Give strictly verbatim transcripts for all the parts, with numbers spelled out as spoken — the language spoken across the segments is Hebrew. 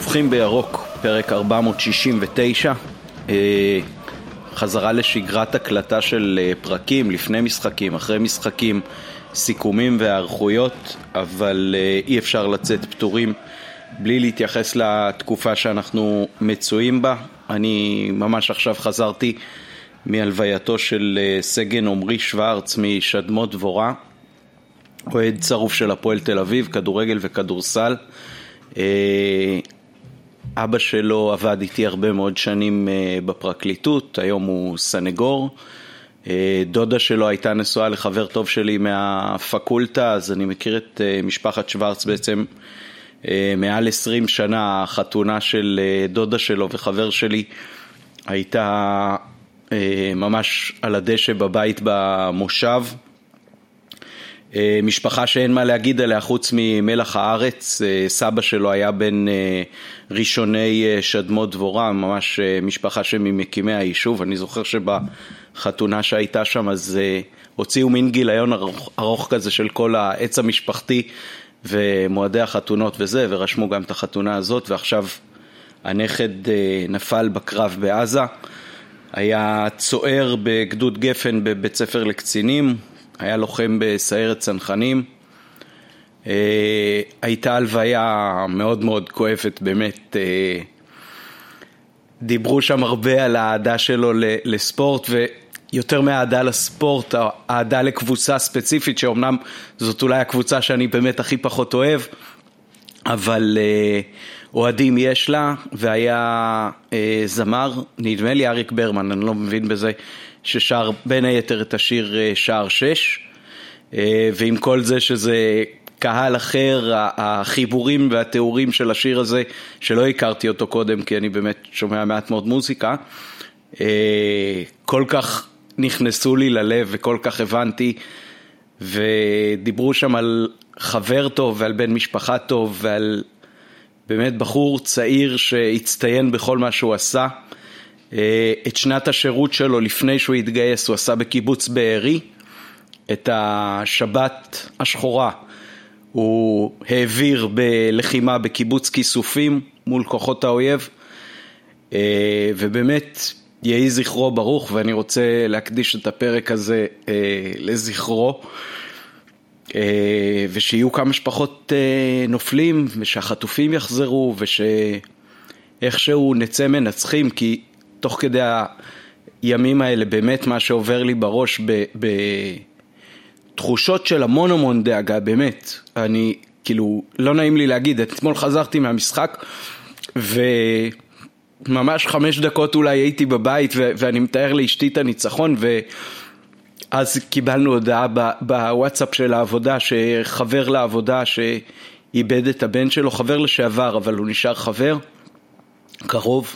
נובחים בירוק, פרק ארבע מאות שישים ותשע, חזרה לשגרת הקלטה של פרקים, לפני משחקים, אחרי משחקים, סיכומים והערכויות, אבל אי אפשר לצאת פטורים בלי להתייחס לתקופה שאנחנו מצויים בה. אני ממש עכשיו חזרתי מהלווייתו של סגן עומרי שוורץ משדמות דבורה, אוהד צרוף של הפועל תל אביב, כדורגל וכדורסל. אבא שלו עבד איתי הרבה מאוד שנים בפרקליטות, היום הוא סנגור. דודה שלו הייתה נשואה לחבר טוב שלי מהפקולטה, אז אני מכיר את משפחת שוורץ בעצם מעל עשרים שנה. החתונה של דודה שלו וחבר שלי הייתה ממש על הדשא בבית במושב. משפחה שאין מה להגיד עליה חוץ ממלח הארץ. סבא שלו היה בין ראשוני שדמות דבורה, ממש משפחה שממקימי היישוב. אני זוכר שבחתונה שהייתה שם אז הוציאו מין גיליון ארוך, ארוך כזה של כל העץ המשפחתי ומועדי החתונות וזה, ורשמו גם את החתונה הזאת. ועכשיו הנכד נפל בקרב בעזה, היה צוער בגדוד גפן בבית ספר לקצינים, היה לוחם בסיירת צנחנים. הייתה הלוויה מאוד מאוד כואבת באמת. דיברו שם הרבה על העדה שלו לספורט, ויותר מהעדה לספורט, העדה לקבוצה ספציפית, שאומנם זאת אולי הקבוצה שאני באמת הכי פחות אוהב, אבל אוהדים יש לה. והיה זמר, נדמה לי אריק ברמן, אני לא מבין בזה, ששר בין היתר את השיר שער שש, ועם כל זה שזה קהל אחר, החיבורים והתיאורים של השיר הזה, שלא הכרתי אותו קודם, כי אני באמת שומע מעט מאוד מוזיקה, כל כך נכנסו לי ללב וכל כך הבנתי, ודיברו שם על חבר טוב ועל בן משפחה טוב, ועל באמת בחור צעיר שהצטיין בכל מה שהוא עשה. את שנת השירות שלו לפני שהוא התגייס הוא עשה בקיבוץ בארי, את השבת השחורה הוא העביר בלחימה בקיבוץ כיסופים מול כוחות האויב, ובאמת יהי זכרו ברוך, ואני רוצה להקדיש את הפרק הזה לזכרו, ושיהיו כמה שפחות נופלים, ושהחטופים יחזרו, ושאיכשהו נצא מנצחים, כי תוך כדי הימים האלה באמת מה שעובר לי בראש בתחושות של המון המון דאגה, באמת. אני כאילו לא נעים לי להגיד, אתמול חזרתי מהמשחק וממש חמש דקות אולי הייתי בבית ו- ואני מתאר לאשתי את הניצחון, ואז קיבלנו הודעה בוואטסאפ של העבודה שחבר לעבודה שאיבד את הבן שלו, חבר לשעבר אבל הוא נשאר חבר קרוב,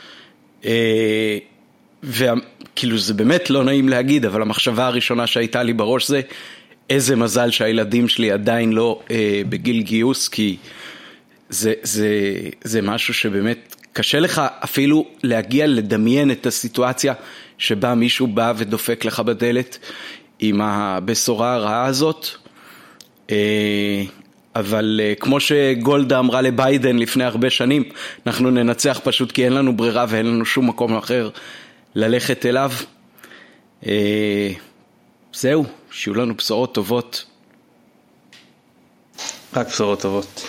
וכאילו זה באמת לא נעים להגיד, אבל המחשבה הראשונה שהייתה לי בראש זה איזה מזל שהילדים שלי עדיין לא אה, בגיל גיוס, כי זה, זה, זה משהו שבאמת קשה לך אפילו להגיע לדמיין את הסיטואציה שבה מישהו בא ודופק לך בדלת עם הבשורה הרעה הזאת. אה, אבל כמו שגולדה אמרה לביידן לפני הרבה שנים, אנחנו ננצח פשוט כי אין לנו ברירה ואין לנו שום מקום אחר ללכת אליו. זהו, שיהיו לנו בשורות טובות. רק בשורות טובות.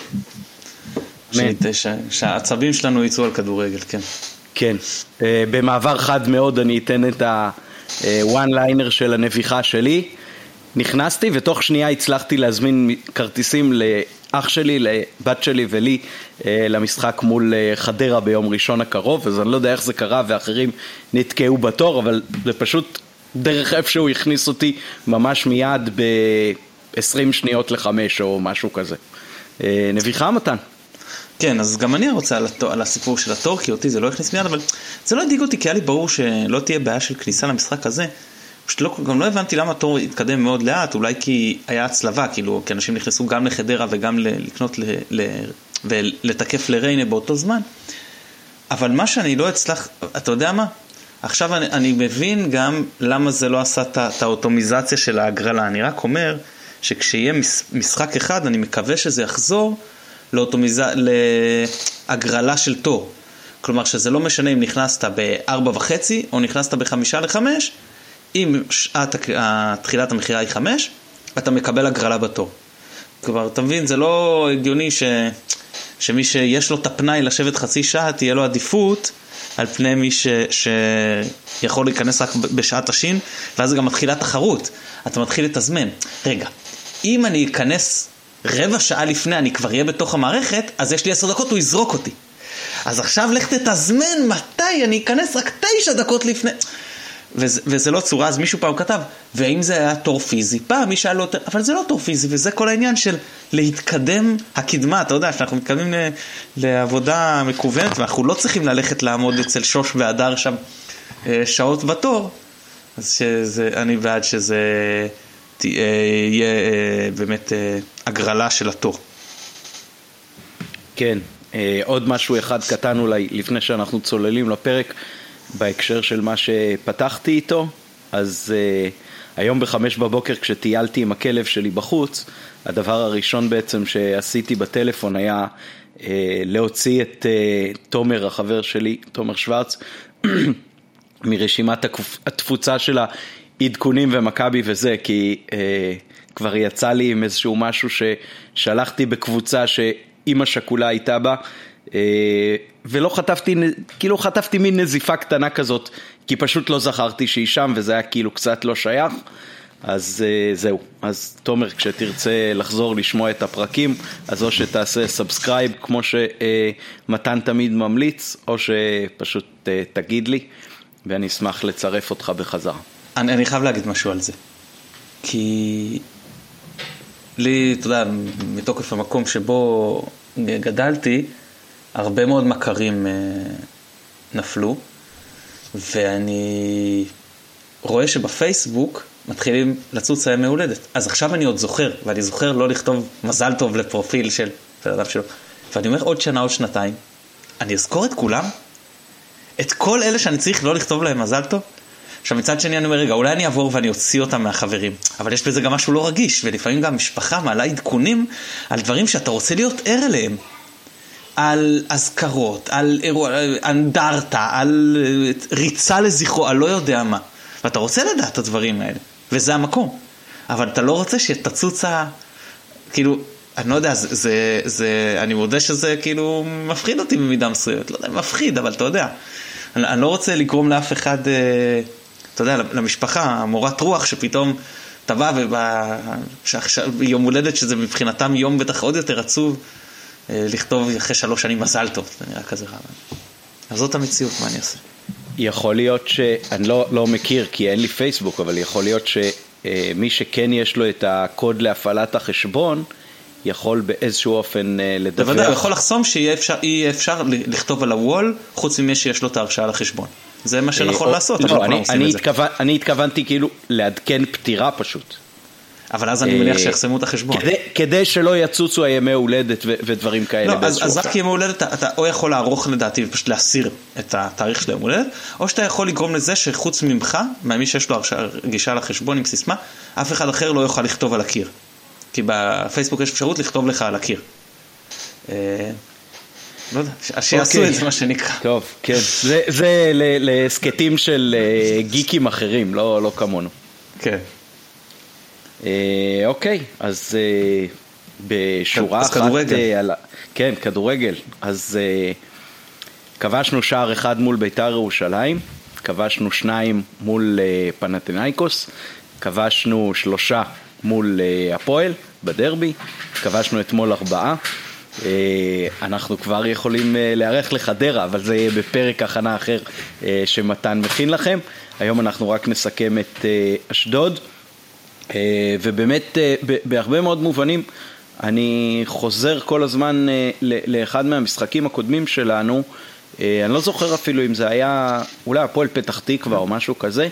שהעצבים שלנו ייצאו על כדורגל, כן. כן, במעבר חד מאוד אני אתן את הוואן ליינר של הנביחה שלי. נכנסתי ותוך שנייה הצלחתי להזמין כרטיסים לאח שלי, לבת שלי ולי למשחק מול חדרה ביום ראשון הקרוב, אז אני לא יודע איך זה קרה ואחרים נתקעו בתור, אבל זה פשוט דרך איפשהו הכניס אותי ממש מיד ב-עשרים שניות לחמש או משהו כזה. נביחה מתן. כן, אז גם אני רוצה על, על הסיפור של התור, כי אותי זה לא הכניס מיד, אבל זה לא הדאיג אותי, כי היה לי ברור שלא תהיה בעיה של כניסה למשחק הזה. לא, גם לא הבנתי למה התור התקדם מאוד לאט, אולי כי היה הצלבה, כאילו, כי אנשים נכנסו גם לחדרה וגם לקנות ל, ל, ולתקף לריינה באותו זמן. אבל מה שאני לא אצלח, אתה יודע מה? עכשיו אני, אני מבין גם למה זה לא עשה את האוטומיזציה של ההגרלה. אני רק אומר שכשיהיה משחק אחד, אני מקווה שזה יחזור לאוטומיזה, להגרלה של תור. כלומר שזה לא משנה אם נכנסת בארבע וחצי או נכנסת בחמישה לחמש, אם שעת תחילת המחירה היא חמש, אתה מקבל הגרלה בתור. כלומר, אתה מבין, זה לא הגיוני ש... שמי שיש לו את הפנאי לשבת חצי שעה, תהיה לו עדיפות על פני מי ש... שיכול להיכנס רק בשעת השין, ואז גם מתחילה תחרות. אתה מתחיל לתזמן. רגע, אם אני אכנס רבע שעה לפני, אני כבר אהיה בתוך המערכת, אז יש לי עשר דקות, הוא יזרוק אותי. אז עכשיו לך תתזמן מתי אני אכנס רק תשע דקות לפני. וזה, וזה לא צורה, אז מישהו פעם כתב, והאם זה היה תור פיזי? פעם מי שאל לו, אבל זה לא תור פיזי, וזה כל העניין של להתקדם הקדמה. אתה יודע, שאנחנו מתקדמים ל, לעבודה מקוונת, ואנחנו לא צריכים ללכת לעמוד אצל שוש והדר שם שעות בתור, אז שזה, אני בעד שזה יהיה באמת הגרלה של התור. כן, עוד משהו אחד קטן אולי, לפני שאנחנו צוללים לפרק, בהקשר של מה שפתחתי איתו, אז uh, היום בחמש בבוקר כשטיילתי עם הכלב שלי בחוץ, הדבר הראשון בעצם שעשיתי בטלפון היה uh, להוציא את uh, תומר, החבר שלי, תומר שוורץ, מרשימת התפוצה של העדכונים ומכבי וזה, כי uh, כבר יצא לי עם איזשהו משהו ששלחתי בקבוצה שאמא שכולה הייתה בה, ולא חטפתי, כאילו חטפתי מין נזיפה קטנה כזאת, כי פשוט לא זכרתי שהיא שם, וזה היה כאילו קצת לא שייך. אז זהו, אז תומר, כשתרצה לחזור לשמוע את הפרקים, אז או שתעשה סאבסקרייב כמו שמתן תמיד ממליץ, או שפשוט תגיד לי, ואני אשמח לצרף אותך בחזרה. אני, אני חייב להגיד משהו על זה, כי לי, אתה יודע, מתוקף המקום שבו גדלתי, הרבה מאוד מכרים נפלו, ואני רואה שבפייסבוק מתחילים לצוץ הימי הולדת. אז עכשיו אני עוד זוכר, ואני זוכר לא לכתוב מזל טוב לפרופיל של אדם שלו. ואני אומר עוד שנה, עוד שנתיים, אני אזכור את כולם? את כל אלה שאני צריך לא לכתוב להם מזל טוב? עכשיו מצד שני אני אומר, רגע, אולי אני אעבור ואני אוציא אותם מהחברים. אבל יש בזה גם משהו לא רגיש, ולפעמים גם משפחה מעלה עדכונים על דברים שאתה רוצה להיות ער אליהם. על הזכרות, על אירוע, אנדרטה, על ריצה לזכרו, על לא יודע מה. ואתה רוצה לדעת את הדברים האלה, וזה המקום. אבל אתה לא רוצה שתצוצה, כאילו, אני לא יודע, זה, זה, זה, אני מודה שזה כאילו מפחיד אותי במידה מסוימת. לא יודע, מפחיד, אבל אתה יודע. אני, אני לא רוצה לגרום לאף אחד, אתה יודע, למשפחה, מורת רוח, שפתאום טבע, וביום הולדת שזה מבחינתם יום בטח עוד יותר עצוב, לכתוב אחרי שלוש שנים מזל טוב, זה נראה כזה רע. אז זאת המציאות, מה אני אעשה? יכול להיות שאני לא, לא מכיר, כי אין לי פייסבוק, אבל יכול להיות שמי שכן יש לו את הקוד להפעלת החשבון, יכול באיזשהו אופן לדווח. בוודאי, הוא יכול לחסום שיהיה אפשר, אפשר לכתוב על הוול, חוץ ממי שיש לו את ההרשאה לחשבון. זה מה שנכון לעשות. לא, אני, אני, התכוון, אני התכוונתי כאילו לעדכן פטירה פשוט. אבל אז אני מניח שיחסמו את החשבון. כדי, כדי שלא יצוצו הימי הולדת ו- ודברים כאלה. לא, אז, אז רק ימי הולדת, אתה או יכול לערוך לדעתי ופשוט להסיר את התאריך של ימי הולדת, או שאתה יכול לגרום לזה שחוץ ממך, ממי שיש לו גישה לחשבון עם סיסמה, אף אחד אחר לא יוכל לכתוב על הקיר. כי בפייסבוק יש אפשרות לכתוב לך על הקיר. לא יודע, שיעשו את זה מה שנקרא. טוב, כן. זה, זה לסקטים של גיקים אחרים, לא, לא כמונו. כן. אוקיי, אז בשורה אחת, כן, כדורגל, אז כבשנו שער אחד מול בית"ר ירושלים, כבשנו שניים מול פנתינייקוס, כבשנו שלושה מול הפועל בדרבי, כבשנו אתמול ארבעה, אנחנו כבר יכולים להיערך לחדרה, אבל זה יהיה בפרק הכנה אחר שמתן מכין לכם. היום אנחנו רק נסכם את אשדוד, ובאמת בהרבה מאוד מובנים אני חוזר כל הזמן לאחד מהמשחקים הקודמים שלנו, אני לא זוכר אפילו אם זה היה אולי הפועל פתח תקווה או משהו כזה.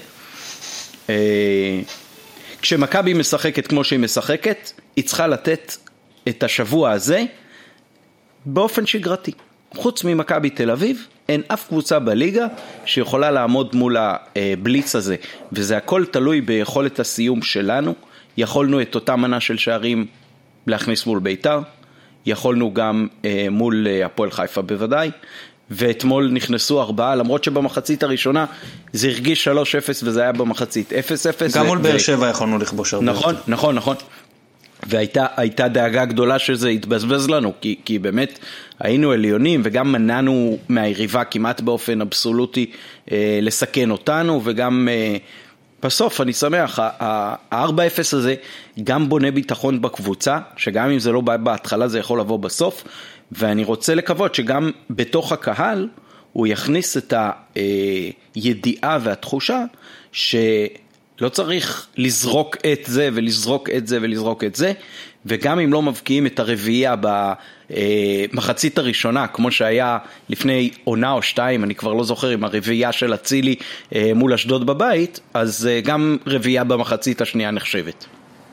כשמכבי משחקת כמו שהיא משחקת, היא צריכה לתת את השבוע הזה באופן שגרתי. חוץ ממכבי תל אביב, אין אף קבוצה בליגה שיכולה לעמוד מול הבליץ הזה, וזה הכל תלוי ביכולת הסיום שלנו. יכולנו את אותה מנה של שערים להכניס מול ביתר, יכולנו גם אה, מול אה, הפועל חיפה בוודאי, ואתמול נכנסו ארבעה, למרות שבמחצית הראשונה זה הרגיש שלוש אפס וזה היה במחצית אפס אפס. גם מול באר שבע יכולנו לכבוש הרבה. נכון, נכון, נכון. והייתה הייתה דאגה גדולה שזה יתבזבז לנו, כי, כי באמת היינו עליונים וגם מנענו מהיריבה כמעט באופן אבסולוטי אה, לסכן אותנו, וגם אה, בסוף אני שמח, ה-ארבע אפס הזה גם בונה ביטחון בקבוצה, שגם אם זה לא בא בהתחלה זה יכול לבוא בסוף, ואני רוצה לקוות שגם בתוך הקהל הוא יכניס את הידיעה והתחושה שלא צריך לזרוק את זה ולזרוק את זה ולזרוק את זה, וגם אם לא מבקיעים את הרביעייה במחצית הראשונה, כמו שהיה לפני עונה או שתיים, אני כבר לא זוכר, עם הרביעייה של אצילי מול אשדוד בבית, אז גם רביעייה במחצית השנייה נחשבת.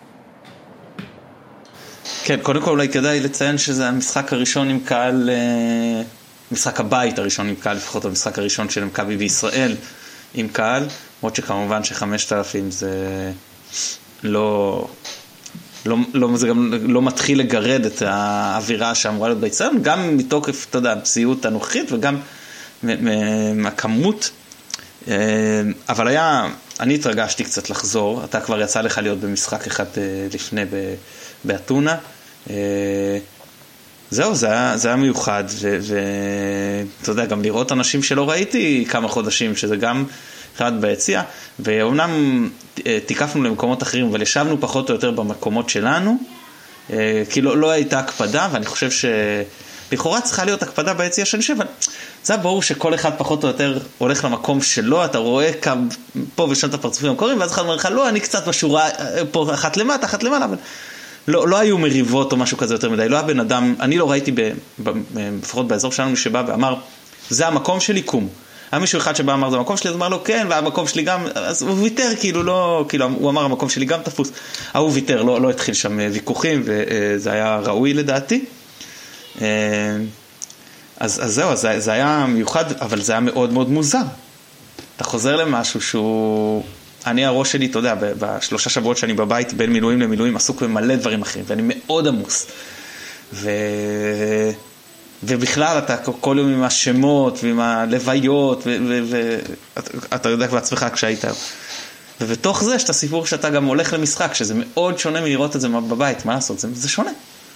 כן, קודם כל אולי כדאי לציין שזה המשחק הראשון עם קהל, משחק הבית הראשון עם קהל, לפחות המשחק הראשון של מכבי בישראל עם קהל, למרות שכמובן שחמשת אלפים זה לא, לא, לא, זה גם לא מתחיל לגרד את האווירה שאמורה להיות בישראל, גם מתוקף, אתה יודע, המציאות הנוכחית וגם מהכמות, אבל היה, אני התרגשתי קצת לחזור, אתה כבר יצא לך להיות במשחק אחד לפני באתונה, זהו, זה היה, זה היה מיוחד, ואתה יודע, גם לראות אנשים שלא ראיתי כמה חודשים, שזה גם אחד ביציאה, ואומנם תיקפנו למקומות אחרים, אבל ישבנו פחות או יותר במקומות שלנו, כי לא, לא הייתה הקפדה, ואני חושב שלכאורה צריכה להיות הקפדה ביציאה שאני חושב, אבל זה ברור שכל אחד פחות או יותר הולך למקום שלו, אתה רואה כאן, פה ושם את הפרצופים המקורים, ואז אחד אומר לך, לא, אני קצת בשורה, פה אחת למטה, אחת למעלה, אבל לא, לא היו מריבות או משהו כזה יותר מדי, לא היה בן אדם, אני לא ראיתי ב, ב, לפחות באזור שלנו שבא ואמר, זה המקום שלי, קום. היה מישהו אחד שבא ואמר, זה המקום שלי, אז אמר לו, כן, והמקום שלי גם, אז הוא ויתר, כאילו, לא, כאילו, הוא אמר, המקום שלי גם תפוס, הוא ויתר, לא, לא התחיל שם ויכוחים, וזה היה ראוי לדעתי. אז, אז זהו, זה, זה היה מיוחד, אבל זה היה מאוד מאוד מוזר. אתה חוזר למשהו שהוא, אני הראש שלי, אתה יודע, בשלושה שבועות שאני בבית, בין מילואים למילואים, עסוק במלא דברים אחרים, ואני מאוד עמוס. ו... ובכלל, אתה כל יום עם השמות, ועם הלוויות, ואתה יודע בעצמך כשהיית. ובתוך זה, יש את הסיפור שאתה גם הולך למשחק, שזה מאוד שונה מלראות את זה בבית, מה לעשות? זה, זה שונה.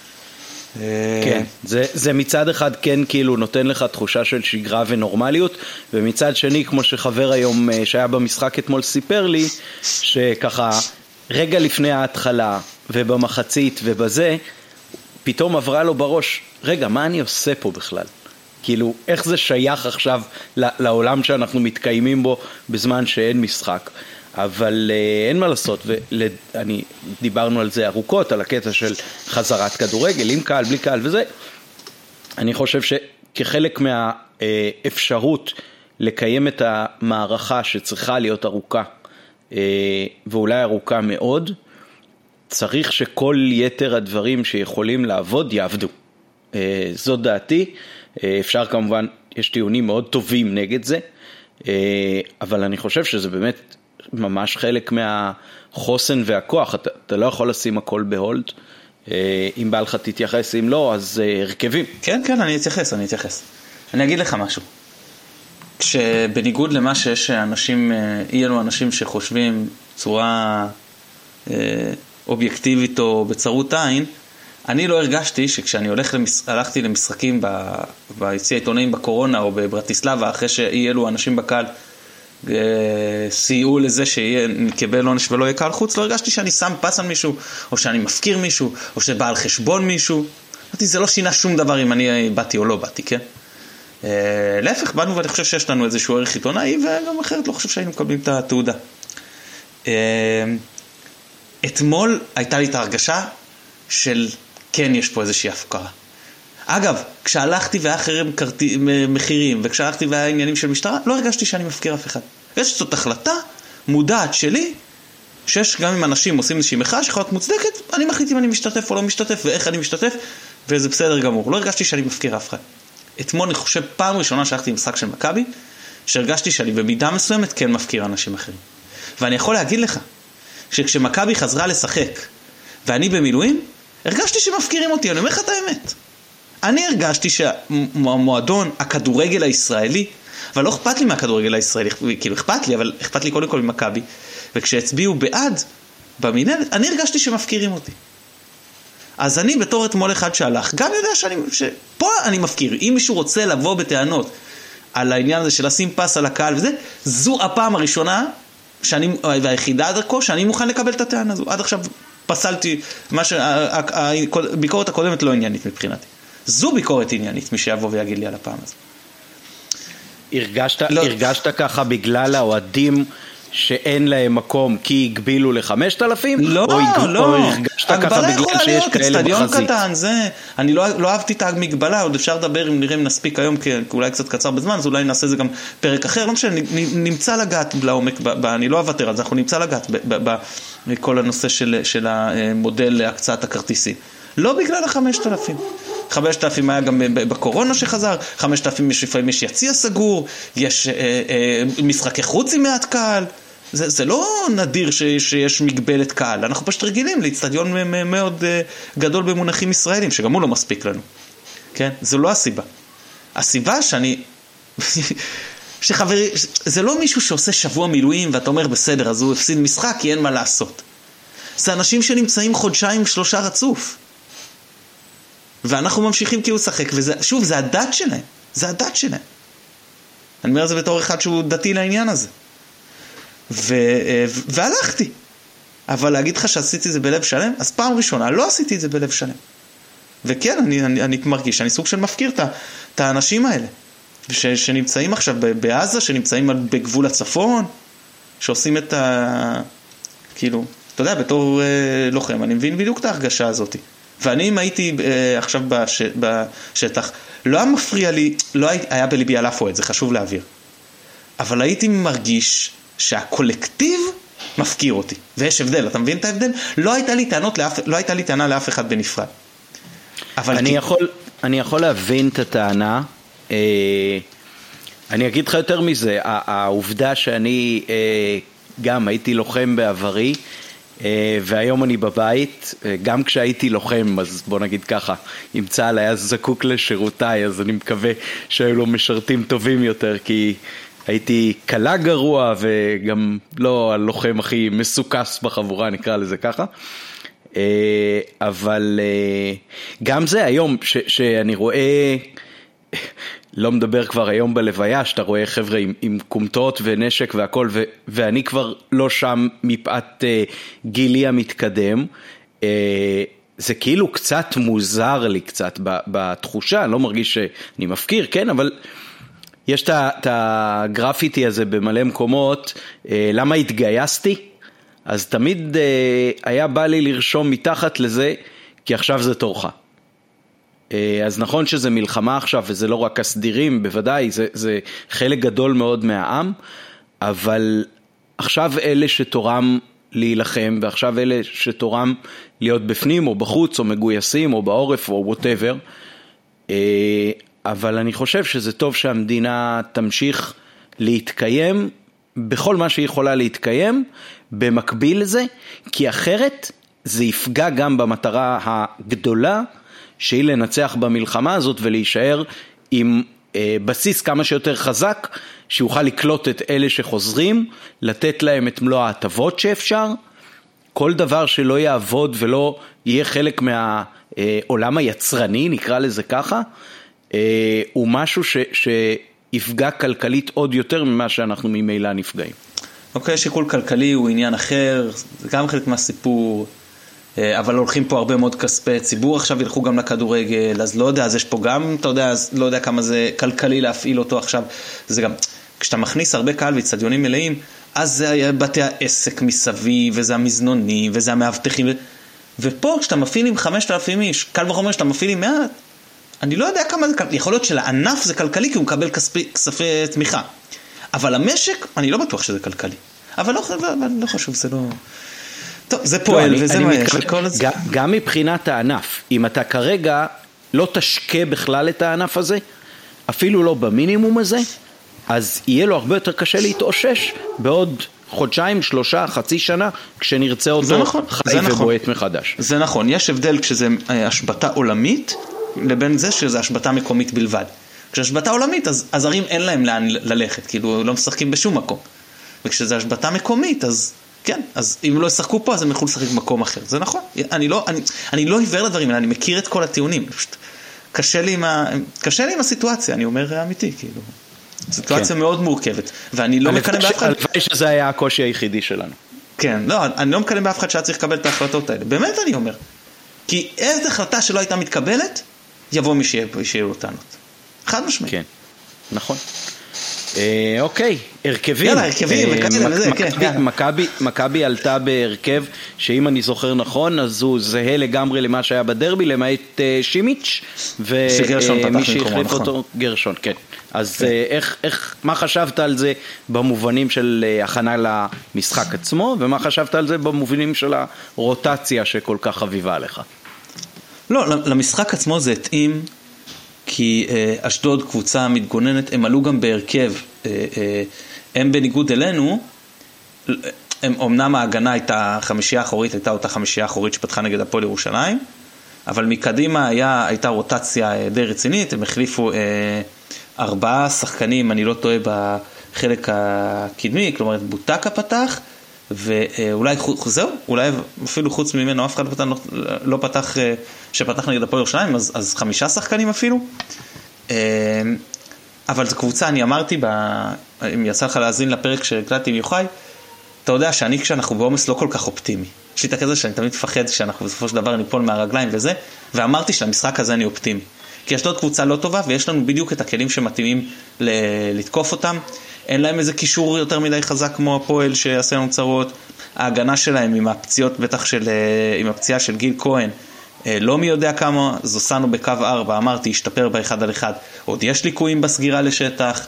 כן, זה, זה מצד אחד כן כאילו נותן לך תחושה של שגרה ונורמליות, ומצד שני, כמו שחבר היום שהיה במשחק אתמול סיפר לי, שככה רגע לפני ההתחלה ובמחצית ובזה, פתאום עברה לו בראש, רגע, מה אני עושה פה בכלל? כאילו, איך זה שייך עכשיו לעולם שאנחנו מתקיימים בו בזמן שאין משחק? אבל uh, אין מה לעשות, ואני דיברנו על זה ארוכות, על הקטע של חזרת כדורגל, עם קהל, בלי קהל וזה. אני חושב שכחלק מהאפשרות לקיים את המערכה שצריכה להיות ארוכה, uh, ואולי ארוכה מאוד, צריך שכל יתר הדברים שיכולים לעבוד יעבדו. Uh, זאת דעתי, uh, אפשר כמובן, יש טיעונים מאוד טובים נגד זה, uh, אבל אני חושב שזה באמת ממש חלק מהחוסן והכוח, אתה, אתה לא יכול לשים הכל בהולד, אם בא לך תתייחס, אם לא, אז הרכבים. כן, כן, אני אתייחס, אני אתייחס. אני אגיד לך משהו. כשבניגוד למה שיש אנשים, יהיו לנו אנשים שחושבים צורה אובייקטיבית או בצרות עין, אני לא הרגשתי שכשאני הולך למש... הלכתי למשחקים ב... ביציע עיתונאים בקורונה או בברטיסלבה, אחרי שיהיו לו אנשים בקהל, סייעו לזה שנקבל עונש ולא יהיה קהל חוץ, לא הרגשתי שאני שם פס על מישהו, או שאני מפקיר מישהו, או שבא על חשבון מישהו. אמרתי, זה לא שינה שום דבר אם אני באתי או לא באתי, כן? להפך, באנו ואני חושב שיש לנו איזשהו ערך עיתונאי, וגם אחרת לא חושב שהיינו מקבלים את התעודה. אתמול הייתה לי את ההרגשה של כן יש פה איזושהי הפקרה. אגב, כשהלכתי והיה אחרים מחירים, וכשהלכתי והיה עניינים של משטרה, לא הרגשתי שאני מפקיר אף אחד. יש זאת החלטה מודעת שלי, שיש גם אם אנשים עושים איזושהי מחאה שיכולה להיות מוצדקת, אני מחליט אם אני משתתף או לא משתתף, ואיך אני משתתף, וזה בסדר גמור. לא הרגשתי שאני מפקיר אף אחד. אתמול אני חושב פעם ראשונה שהלכתי למשחק של מכבי, שהרגשתי שאני במידה מסוימת כן מפקיר אנשים אחרים. ואני יכול להגיד לך, שכשמכבי חזרה לשחק, ואני במילואים, הרגשתי שמפקירים אותי, אני אומר לך את האמת. אני הרגשתי שהמועדון, הכדורגל הישראלי, אבל לא אכפת לי מהכדורגל הישראלי, כאילו אכפת לי, אבל אכפת לי קודם כל ממכבי, וכשהצביעו בעד במינהלת, אני הרגשתי שמפקירים אותי. אז אני בתור אתמול אחד שהלך, גם יודע שאני, שפה אני מפקיר. אם מישהו רוצה לבוא בטענות על העניין הזה של לשים פס על הקהל וזה, זו הפעם הראשונה שאני, והיחידה דרכו, שאני מוכן לקבל את הטענה הזו. עד עכשיו פסלתי, הביקורת הקודמת לא עניינית מבחינתי. זו ביקורת עניינית, מי שיבוא ויגיד לי על הפעם הזו. הרגשת, לא. הרגשת ככה בגלל האוהדים שאין להם מקום כי הגבילו ל-חמשת אלפים? לא, או הג... לא. או הרגשת ככה בגלל שיש כאלה בחזית? קטן, זה... אני לא, לא אהבתי את המגבלה, עוד אפשר לדבר אם נראה אם נספיק היום, כי אולי קצת קצר בזמן, אז אולי נעשה זה גם פרק אחר, לא משנה, נמצא לגעת לעומק, ב, ב, אני לא אוותר, אז אנחנו נמצא לגעת בכל הנושא של, של המודל להקצאת הכרטיסים. לא בגלל ה-חמשת אלפים. חמשת אלפים היה גם בקורונה שחזר, חמשת אלפים יש לפעמים יש יציע סגור, יש אה, אה, משחקי חוץ עם מעט קהל, זה, זה לא נדיר ש, שיש מגבלת קהל, אנחנו פשוט רגילים לאצטדיון מאוד אה, גדול במונחים ישראלים, שגם הוא לא מספיק לנו, כן? זו לא הסיבה. הסיבה שאני, שחברי, זה לא מישהו שעושה שבוע מילואים ואתה אומר בסדר, אז הוא הפסיד משחק כי אין מה לעשות. זה אנשים שנמצאים חודשיים שלושה רצוף. ואנחנו ממשיכים כי הוא שחק, ושוב, זה הדת שלהם, זה הדת שלהם. אני אומר את זה בתור אחד שהוא דתי לעניין הזה. ו, והלכתי. אבל להגיד לך שעשיתי זה בלב שלם, אז פעם ראשונה לא עשיתי את זה בלב שלם. וכן, אני, אני, אני מרגיש שאני סוג של מפקיר את האנשים האלה, ש, שנמצאים עכשיו בעזה, שנמצאים בגבול הצפון, שעושים את ה... כאילו, אתה יודע, בתור אה, לוחם, אני מבין בדיוק את ההרגשה הזאת. ואני אם הייתי אה, עכשיו בש, בשטח, לא היה מפריע לי, לא היה, היה בליבי על אפו את זה, חשוב להעביר. אבל הייתי מרגיש שהקולקטיב מפקיר אותי. ויש הבדל, אתה מבין את ההבדל? לא הייתה לי טענות לאף, לא הייתה לי טענה לאף אחד בנפרד. אבל אני כי... יכול, אני יכול להבין את הטענה. אה, אני אגיד לך יותר מזה, העובדה שאני אה, גם הייתי לוחם בעברי, והיום אני בבית, גם כשהייתי לוחם, אז בוא נגיד ככה, אם צה"ל היה זקוק לשירותיי, אז אני מקווה שהיו לו משרתים טובים יותר, כי הייתי קלה גרוע וגם לא הלוחם הכי מסוכס בחבורה, נקרא לזה ככה. אבל גם זה היום ש- שאני רואה, לא מדבר כבר היום בלוויה, שאתה רואה חבר'ה עם, עם קומטות ונשק והכל, ו, ואני כבר לא שם מפאת uh, גילי המתקדם, uh, זה כאילו קצת מוזר לי קצת בתחושה, אני לא מרגיש שאני מפקיר, כן, אבל יש את הגרפיטי הזה במלא מקומות, uh, למה התגייסתי? אז תמיד uh, היה בא לי לרשום מתחת לזה, כי עכשיו זה תורך. אז נכון שזה מלחמה עכשיו, וזה לא רק הסדירים, בוודאי, זה, זה חלק גדול מאוד מהעם, אבל עכשיו אלה שתורם להילחם, ועכשיו אלה שתורם להיות בפנים, או בחוץ, או מגויסים, או בעורף, או whatever, אבל אני חושב שזה טוב שהמדינה תמשיך להתקיים, בכל מה שהיא יכולה להתקיים, במקביל לזה, כי אחרת זה יפגע גם במטרה הגדולה, שהיא לנצח במלחמה הזאת ולהישאר עם אה, בסיס כמה שיותר חזק, שיוכל לקלוט את אלה שחוזרים, לתת להם את מלוא ההטבות שאפשר, כל דבר שלא יעבוד ולא יהיה חלק מהעולם היצרני, נקרא לזה ככה, אה, הוא משהו ש, שיפגע כלכלית עוד יותר ממה שאנחנו ממילא נפגעים. אוקיי, שיקול כלכלי הוא עניין אחר, זה גם חלק מהסיפור, אבל הולכים פה הרבה מאוד כספי ציבור, עכשיו ילכו גם לכדורגל, אז לא יודע, אז יש פה גם, אתה יודע, אז לא יודע כמה זה כלכלי להפעיל אותו עכשיו, זה גם, כשאתה מכניס הרבה קהל ואצטדיונים מלאים, אז זה בתי העסק מסביב, וזה המזנונים, וזה המאבטחים, ופה כשאתה מפעיל עם חמשת אלפים איש, קל וחומר שאתה מפעיל עם מעט, אני לא יודע כמה זה כלכלי, יכול להיות שלענף זה כלכלי, כי הוא מקבל כספי, כספי תמיכה, אבל המשק, אני לא בטוח שזה כלכלי, אבל לא, לא חשוב, זה לא... טוב, זה פועל לא, וזה אני, מה אני יש. מתכוון, גם, גם מבחינת הענף, אם אתה כרגע לא תשקה בכלל את הענף הזה, אפילו לא במינימום הזה, אז יהיה לו הרבה יותר קשה להתאושש בעוד חודשיים, שלושה, חצי שנה, כשנרצה אותו נכון, חי ובועט נכון. מחדש. זה נכון, יש הבדל כשזה השבטה עולמית, לבין זה שזה השבטה מקומית בלבד. כשהשבטה עולמית, אז, אז ערים אין להם לאן ללכת, כאילו לא משחקים בשום מקום. וכשזה השבטה מקומית, אז כן, אז אם לא ישחקו פה, אז הם יכולו לשחק במקום אחר. זה נכון. אני לא, אני, אני לא עיוור לדברים, אני מכיר את כל הטיעונים. פשוט קשה לי עם, ה, קשה לי עם הסיטואציה, אני אומר אמיתי, כאילו. סיטואציה כן. מאוד מורכבת, ואני לא מקנא באף אחד. הלוואי שזה היה הקושי היחידי שלנו. כן, לא, אני לא מקנא באף אחד שהיה צריך לקבל את ההחלטות האלה. באמת אני אומר. כי איזו החלטה שלא הייתה מתקבלת, יבוא מי שיהיו אותנו. חד משמעית. כן, נכון. אה, אוקיי, הרכבים. יאללה, הרכבים, וכאלה וזה, כן. מכבי עלתה בהרכב, שאם אני זוכר נכון, אז הוא זהה לגמרי למה שהיה בדרבי, למעט שימיץ' ומי שהחליף אותו, גרשון, כן. אז איך, איך, מה חשבת על זה במובנים של הכנה למשחק עצמו, ומה חשבת על זה במובנים של הרוטציה שכל כך חביבה לך? לא, למשחק עצמו זה התאים, כי אשדוד קבוצה מתגוננת, הם עלו גם בהרכב, הם בניגוד אלינו, הם, אמנם ההגנה הייתה חמישייה אחורית, הייתה אותה חמישייה אחורית שפתחה נגד הפועל ירושלים, אבל מקדימה היה, הייתה רוטציה די רצינית, הם החליפו ארבעה שחקנים, אני לא טועה בחלק הקדמי, כלומר בוטקה פתח, ואולי זהו, אולי אפילו חוץ ממנו אף אחד פתח, לא פתח, שפתח נגד הפועל ירושלים, אז, אז חמישה שחקנים אפילו. אבל זו קבוצה, אני אמרתי, ב... אם יצא לך להאזין לפרק שהקלטתי עם יוחאי, אתה יודע שאני כשאנחנו בעומס לא כל כך אופטימי. יש לי את הכזה שאני תמיד מפחד שאנחנו בסופו של דבר ניפול מהרגליים וזה, ואמרתי שלמשחק הזה אני אופטימי. כי יש עוד קבוצה לא טובה, ויש לנו בדיוק את הכלים שמתאימים ל... לתקוף אותם. אין להם איזה קישור יותר מדי חזק כמו הפועל שיעשה לנו צרות. ההגנה שלהם עם הפציעות בטח של, עם הפציעה של גיל כהן, לא מי יודע כמה, זוסנו בקו ארבע, אמרתי, השתפר באחד על אחד. עוד יש ליקויים בסגירה לשטח.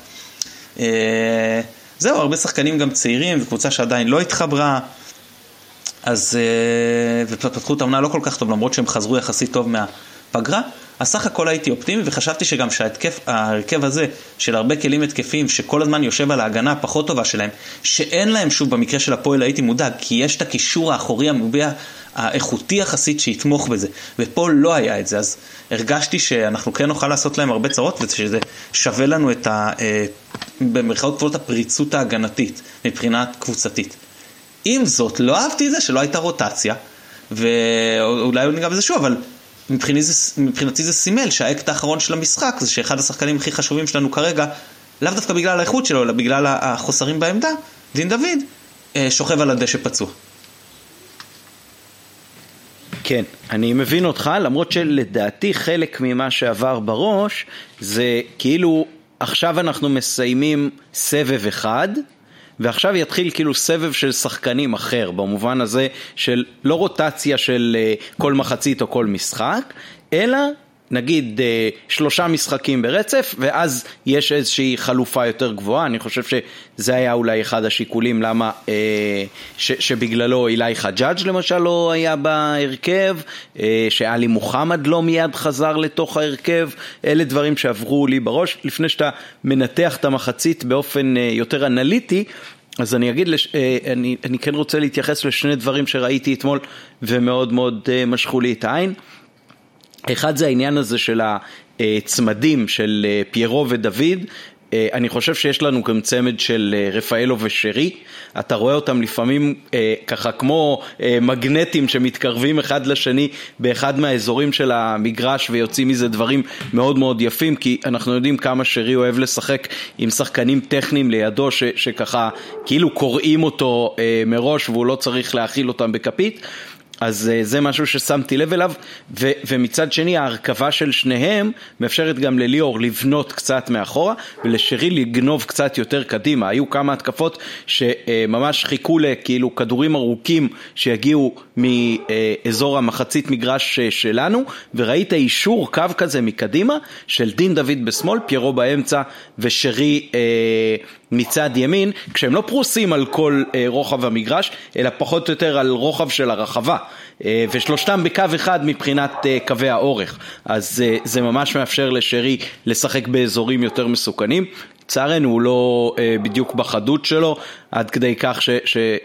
זהו, הרבה שחקנים גם צעירים, וקבוצה שעדיין לא התחברה. אז, ופתחו את העונה לא כל כך טוב, למרות שהם חזרו יחסית טוב מהפגרה. אז סך הכל הייתי אופטימי, וחשבתי שגם שההרכב הזה של הרבה כלים התקפים, שכל הזמן יושב על ההגנה הפחות טובה שלהם, שאין להם שוב במקרה של הפועל הייתי מודאג, כי יש את הקישור האחורי המוביע האיכותי יחסית שיתמוך בזה, ופה לא היה את זה, אז הרגשתי שאנחנו כן נוכל לעשות להם הרבה צרות, ושזה שווה לנו את ה... במרכאות כפולות הפריצות ההגנתית, מבחינת קבוצתית. עם זאת, לא אהבתי את זה שלא הייתה רוטציה, ואולי לא ניגע בזה שוב, אבל מבחינתי זה, מבחינתי זה סימל שהאקט האחרון של המשחק, זה שאחד השחקנים הכי חשובים שלנו כרגע, לאו דווקא בגלל האיכות שלו, אלא בגלל החוסרים בעמדה, דין דוד, שוכב על הדשא פצוע. כן, אני מבין אותך, למרות שלדעתי חלק ממה שעבר בראש, זה כאילו עכשיו אנחנו מסיימים סבב אחד, ועכשיו יתחיל כאילו סבב של שחקנים אחר, במובן הזה של לא רוטציה של כל מחצית או כל משחק, אלא נגיד שלושה משחקים ברצף, ואז יש איזושהי חלופה יותר גבוהה. אני חושב שזה היה אולי אחד השיקולים למה, ש, שבגללו אילי חג'אג' למשל לא היה בהרכב, שאלי מוחמד לא מיד חזר לתוך ההרכב. אלה דברים שעברו לי בראש. לפני שאתה מנתח את המחצית באופן יותר אנליטי, אז אני אגיד, לש... אני, אני כן רוצה להתייחס לשני דברים שראיתי אתמול ומאוד מאוד משכו לי את העין. אחד זה העניין הזה של הצמדים של פיירו ודוד. אני חושב שיש לנו גם צמד של רפאלו ושרי, אתה רואה אותם לפעמים ככה כמו מגנטים שמתקרבים אחד לשני באחד מהאזורים של המגרש ויוצאים מזה דברים מאוד מאוד יפים, כי אנחנו יודעים כמה שרי אוהב לשחק עם שחקנים טכניים לידו ש, שככה כאילו קוראים אותו מראש והוא לא צריך להכיל אותם בכפית. אז זה משהו ששמתי לב אליו, ו- ומצד שני ההרכבה של שניהם מאפשרת גם לליאור לבנות קצת מאחורה, ולשרי לגנוב קצת יותר קדימה. היו כמה התקפות שממש חיכו לכאילו כדורים ארוכים שיגיעו מאזור המחצית מגרש שלנו, וראית אישור קו כזה מקדימה של דין דוד בשמאל, פיירו באמצע ושרי אה, מצד ימין, כשהם לא פרוסים על כל אה, רוחב המגרש, אלא פחות או יותר על רוחב של הרחבה, אה, ושלושתם בקו אחד מבחינת אה, קווי האורך. אז אה, זה ממש מאפשר לשרי לשחק באזורים יותר מסוכנים. צערנו הוא לא אה, בדיוק בחדות שלו, עד כדי כך ש... ש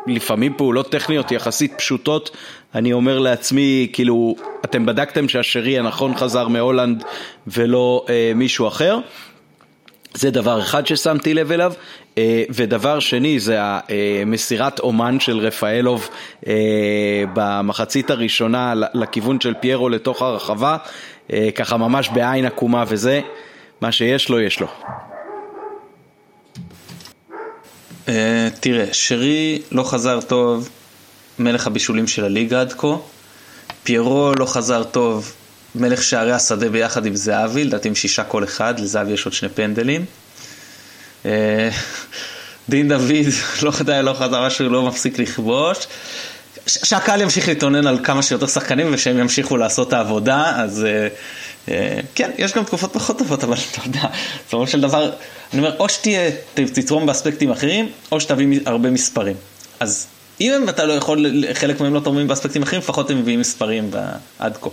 לפעמים פעולות טכניות יחסית פשוטות, אני אומר לעצמי, כאילו, אתם בדקתם שהשרי הנכון חזר מהולנד ולא אה, מישהו אחר, זה דבר אחד ששמתי לב אליו, ודבר שני זה המסירת אומן של רפאלוב במחצית הראשונה לכיוון של פיירו לתוך הרחבה, ככה ממש בעין עקומה, וזה מה שיש לו יש לו. תראה, שרי לא חזר טוב, מלך הבישולים של הליגה עד כה, פיירו לא חזר טוב, מלך שערי השדה ביחד עם זהבי, לדעתי עם שישה כל אחד, לזהבי יש עוד שני פנדלים. דין דוד לא חדאי, לא חזר משהו, לא מפסיק לכבוש. שהקהל ימשיך להתעונן על כמה שיותר שחקנים ושהם ימשיכו לעשות את העבודה, אז כן, יש גם תקופות פחות טובות, אבל אתה יודע, בסופו של דבר, אני אומר, או שתהיה, תתרום באספקטים אחרים, או שתביא הרבה מספרים. אז אם אתה לא יכול, חלק מהם לא תורמים באספקטים אחרים, לפחות הם מביאים מספרים עד כה.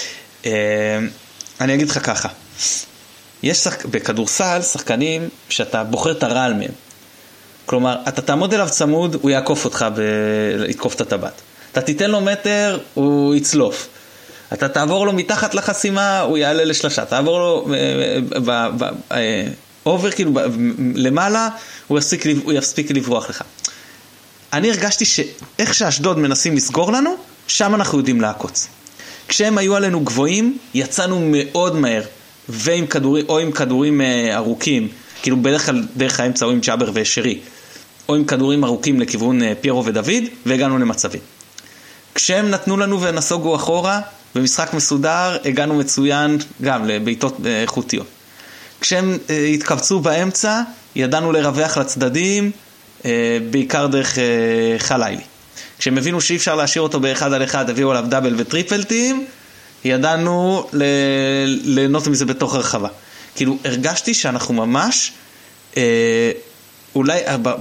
אני אגיד לך ככה, יש שחק... בכדורסל שחקנים שאתה בוחר את הרעל מהם. כלומר, אתה תעמוד אליו צמוד, הוא יעקוף אותך, ב... יתקוף את הטבעת. אתה תיתן לו מטר, הוא יצלוף. אתה תעבור לו מתחת לחסימה, הוא יעלה לשלשה. תעבור לו ב... ב... ב... אובר, כאילו, ב... למעלה, הוא יפסיק, הוא יפסיק לברוח לך. אני הרגשתי שאיך שאשדוד מנסים לסגור לנו, שם אנחנו יודעים לעקוץ. כשהם היו עלינו גבוהים, יצאנו מאוד מהר, ועם כדורים, או עם כדורים ארוכים, כאילו בדרך כלל דרך האמצע או עם ג'אבר ושרי, או עם כדורים ארוכים לכיוון פיירו ודוד, והגענו למצבים. כשהם נתנו לנו ונסוגו אחורה, במשחק מסודר, הגענו מצוין גם לבעיטות איכותיות. כשהם התקבצו באמצע, ידענו לרווח לצדדים, בעיקר דרך חלילי. כשהם הבינו שאי אפשר להשאיר אותו באחד על אחד, הביאו עליו דאבל וטריפל טים, ידענו ליהנות מזה בתוך הרחבה. כאילו, הרגשתי שאנחנו ממש, אה, אולי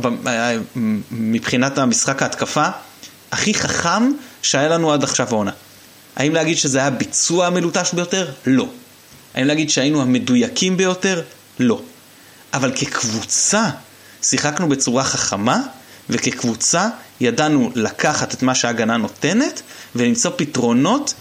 מבחינת המשחק ההתקפה, הכי חכם שהיה לנו עד עכשיו העונה. האם להגיד שזה היה ביצוע המלוטש ביותר? לא. האם להגיד שהיינו המדויקים ביותר? לא. אבל כקבוצה, שיחקנו בצורה חכמה, וכקבוצה ידענו לקחת את מה שההגנה נותנת, ולמצוא פתרונות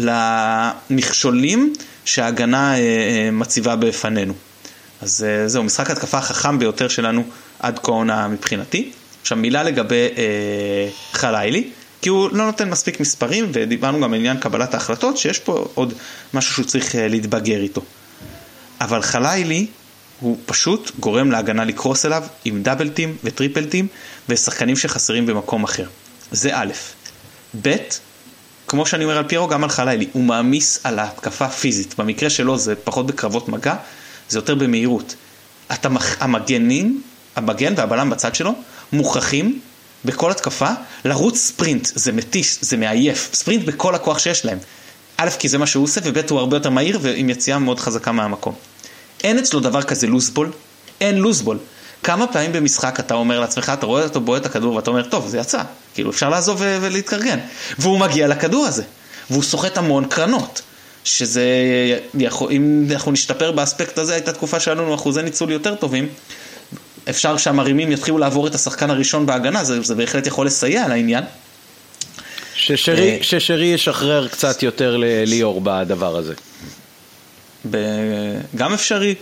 למכשולים שההגנה מציבה בפנינו. אז זהו, משחק התקפה החכם ביותר שלנו עד כה עונה מבחינתי. עכשיו מילה לגבי אה, חלילי, כי הוא לא נותן מספיק מספרים, ודיברנו גם על עניין קבלת ההחלטות, שיש פה עוד משהו שהוא צריך אה, להתבגר איתו. אבל חלילי הוא פשוט גורם להגנה לקרוס אליו עם דאבלטים וטריפלטים, ושחקנים שחסרים במקום אחר. זה א', ב', כמו שאני אומר על פיירו, גם על חלילי, הוא מאמיס על ההתקפה פיזית. במקרה שלו זה פחות בקרבות מגע, זה יותר במהירות. אתה, המגנים, המגן והבלם בצד שלו, מוכרחים בכל התקפה לרוץ ספרינט. זה מתיש, זה מעייף. ספרינט בכל הכוח שיש להם. א', כי זה מה שהוא עושה, וב' הוא הרבה יותר מהיר ועם יציאה מאוד חזקה מהמקום. אין אצלו דבר כזה לוזבול, אין לוזבול. כמה פעמים במשחק אתה אומר לעצמך, אתה רואה אותו בועט את הכדור ואתה אומר, טוב, זה יצא. כאילו אפשר לעזוב ולהתקרגן. והוא מגיע לכדור הזה. והוא סוחט המון קרנות. שזה, אם אנחנו נשתפר באספקט הזה, הייתה תקופה שלנו אחוזי ניצול יותר טובים. אפשר שהמרימים יתחילו לעבור את השחקן הראשון בהגנה, זה, זה בהחלט יכול לסייע לעניין. ששרי, ששרי ישחרר קצת יותר ליאור בדבר הזה. גם אפשרי.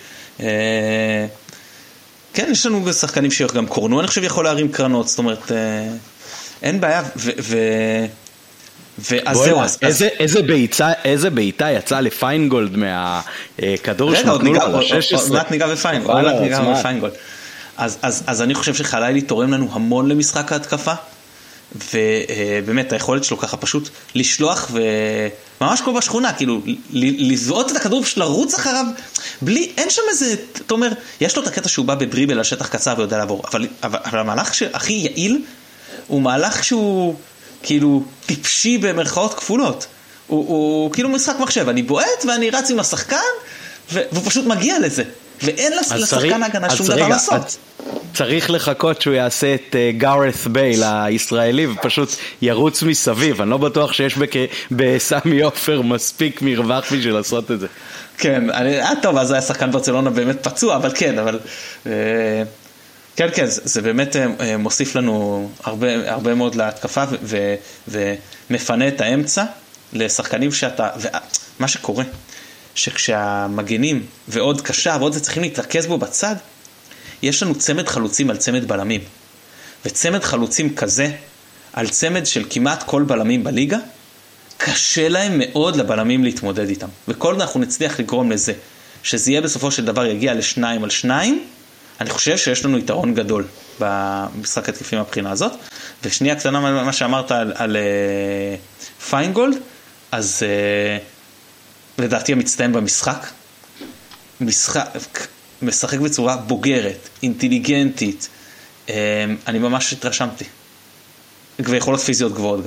כן, יש לנו שחקנים שגם קורנו, אני חושב יכול להרים קרנות, זאת אומרת, אין בעיה, ו... ו... ואז זהו, אז... איזה, איזה בעיטה, איזה בעיטה יצא לפיינגולד מהכדור שנתנו לו על ה-שש עשרה. עוד מעט ניגע בפיינגולד, עוד מעט ניגע בפיינגולד. אז, אז, אז אני חושב שחלילי תורם לנו המון למשחק ההתקפה, ובאמת היכולת שלו ככה פשוט לשלוח, וממש כמו בשכונה, כאילו, לזעות את הכדור של לרוץ אחריו, בלי, אין שם איזה, אתה אומר, יש לו את הקטע שהוא בא בדריבל על שטח קצר ויודע לעבור, אבל, אבל, אבל המהלך שהכי יעיל, הוא מהלך שהוא כאילו טיפשי במרכאות כפולות. הוא, הוא כאילו משחק מחשב, אני בועט ואני רץ עם השחקן, והוא פשוט מגיע לזה. ואין לשחקן הגנה שום דבר לעשות. צריך לחכות שהוא יעשה את גארת בייל הישראלי, ופשוט ירוץ מסביב. אני לא בטוח שיש בסמי עופר מספיק מרווח בשביל לעשות את זה. כן, אני, טוב, אז היה שחקן ברצלונה באמת פצוע, אבל כן, אבל... כן, כן, זה, זה באמת מוסיף לנו הרבה, הרבה מאוד להתקפה ו, ו, ומפנה את האמצע לשחקנים שאתה, ומה שקורה, שכשהמגנים ועוד קשה ועוד זה צריכים להתרכז בו בצד, יש לנו צמד חלוצים על צמד בלמים. וצמד חלוצים כזה, על צמד של כמעט כל בלמים בליגה, קשה להם מאוד לבלמים להתמודד איתם. וכל אנחנו נצליח לגרום לזה, שזה יהיה בסופו של דבר יגיע לשניים על שניים, אני חושב שיש לנו יתרון גדול במשחק התקפים מבחינה הזאת. ושנייה קטנה מה שאמרת על, על uh, פיינגולד, אז uh, לדעתי המצטיין במשחק, משחק, משחק בצורה בוגרת, אינטליגנטית, uh, אני ממש התרשמתי. ויכולות פיזיות גבוהות גם.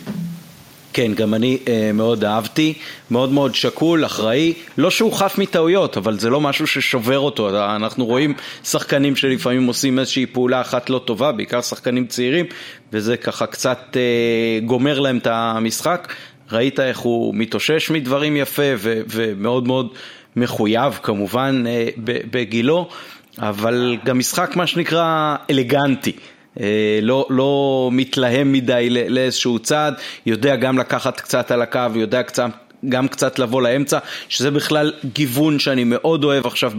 כן, גם אני אה, מאוד אהבתי, מאוד מאוד שקול, אחראי, לא שהוא חף מטעויות, אבל זה לא משהו ששובר אותו, אנחנו רואים שחקנים שלפעמים עושים איזושהי פעולה אחת לא טובה, בעיקר שחקנים צעירים, וזה ככה קצת אה, גומר להם את המשחק, ראית איך הוא מתאושש מדברים יפה, ו- ומאוד מאוד מחויב כמובן אה, בגילו, אבל גם משחק מה שנקרא אלגנטי, לא, לא מתלהם מדי לאיזשהו צעד, יודע גם לקחת קצת על הקו, יודע קצת, גם קצת לבוא לאמצע, שזה בכלל גיוון שאני מאוד אוהב עכשיו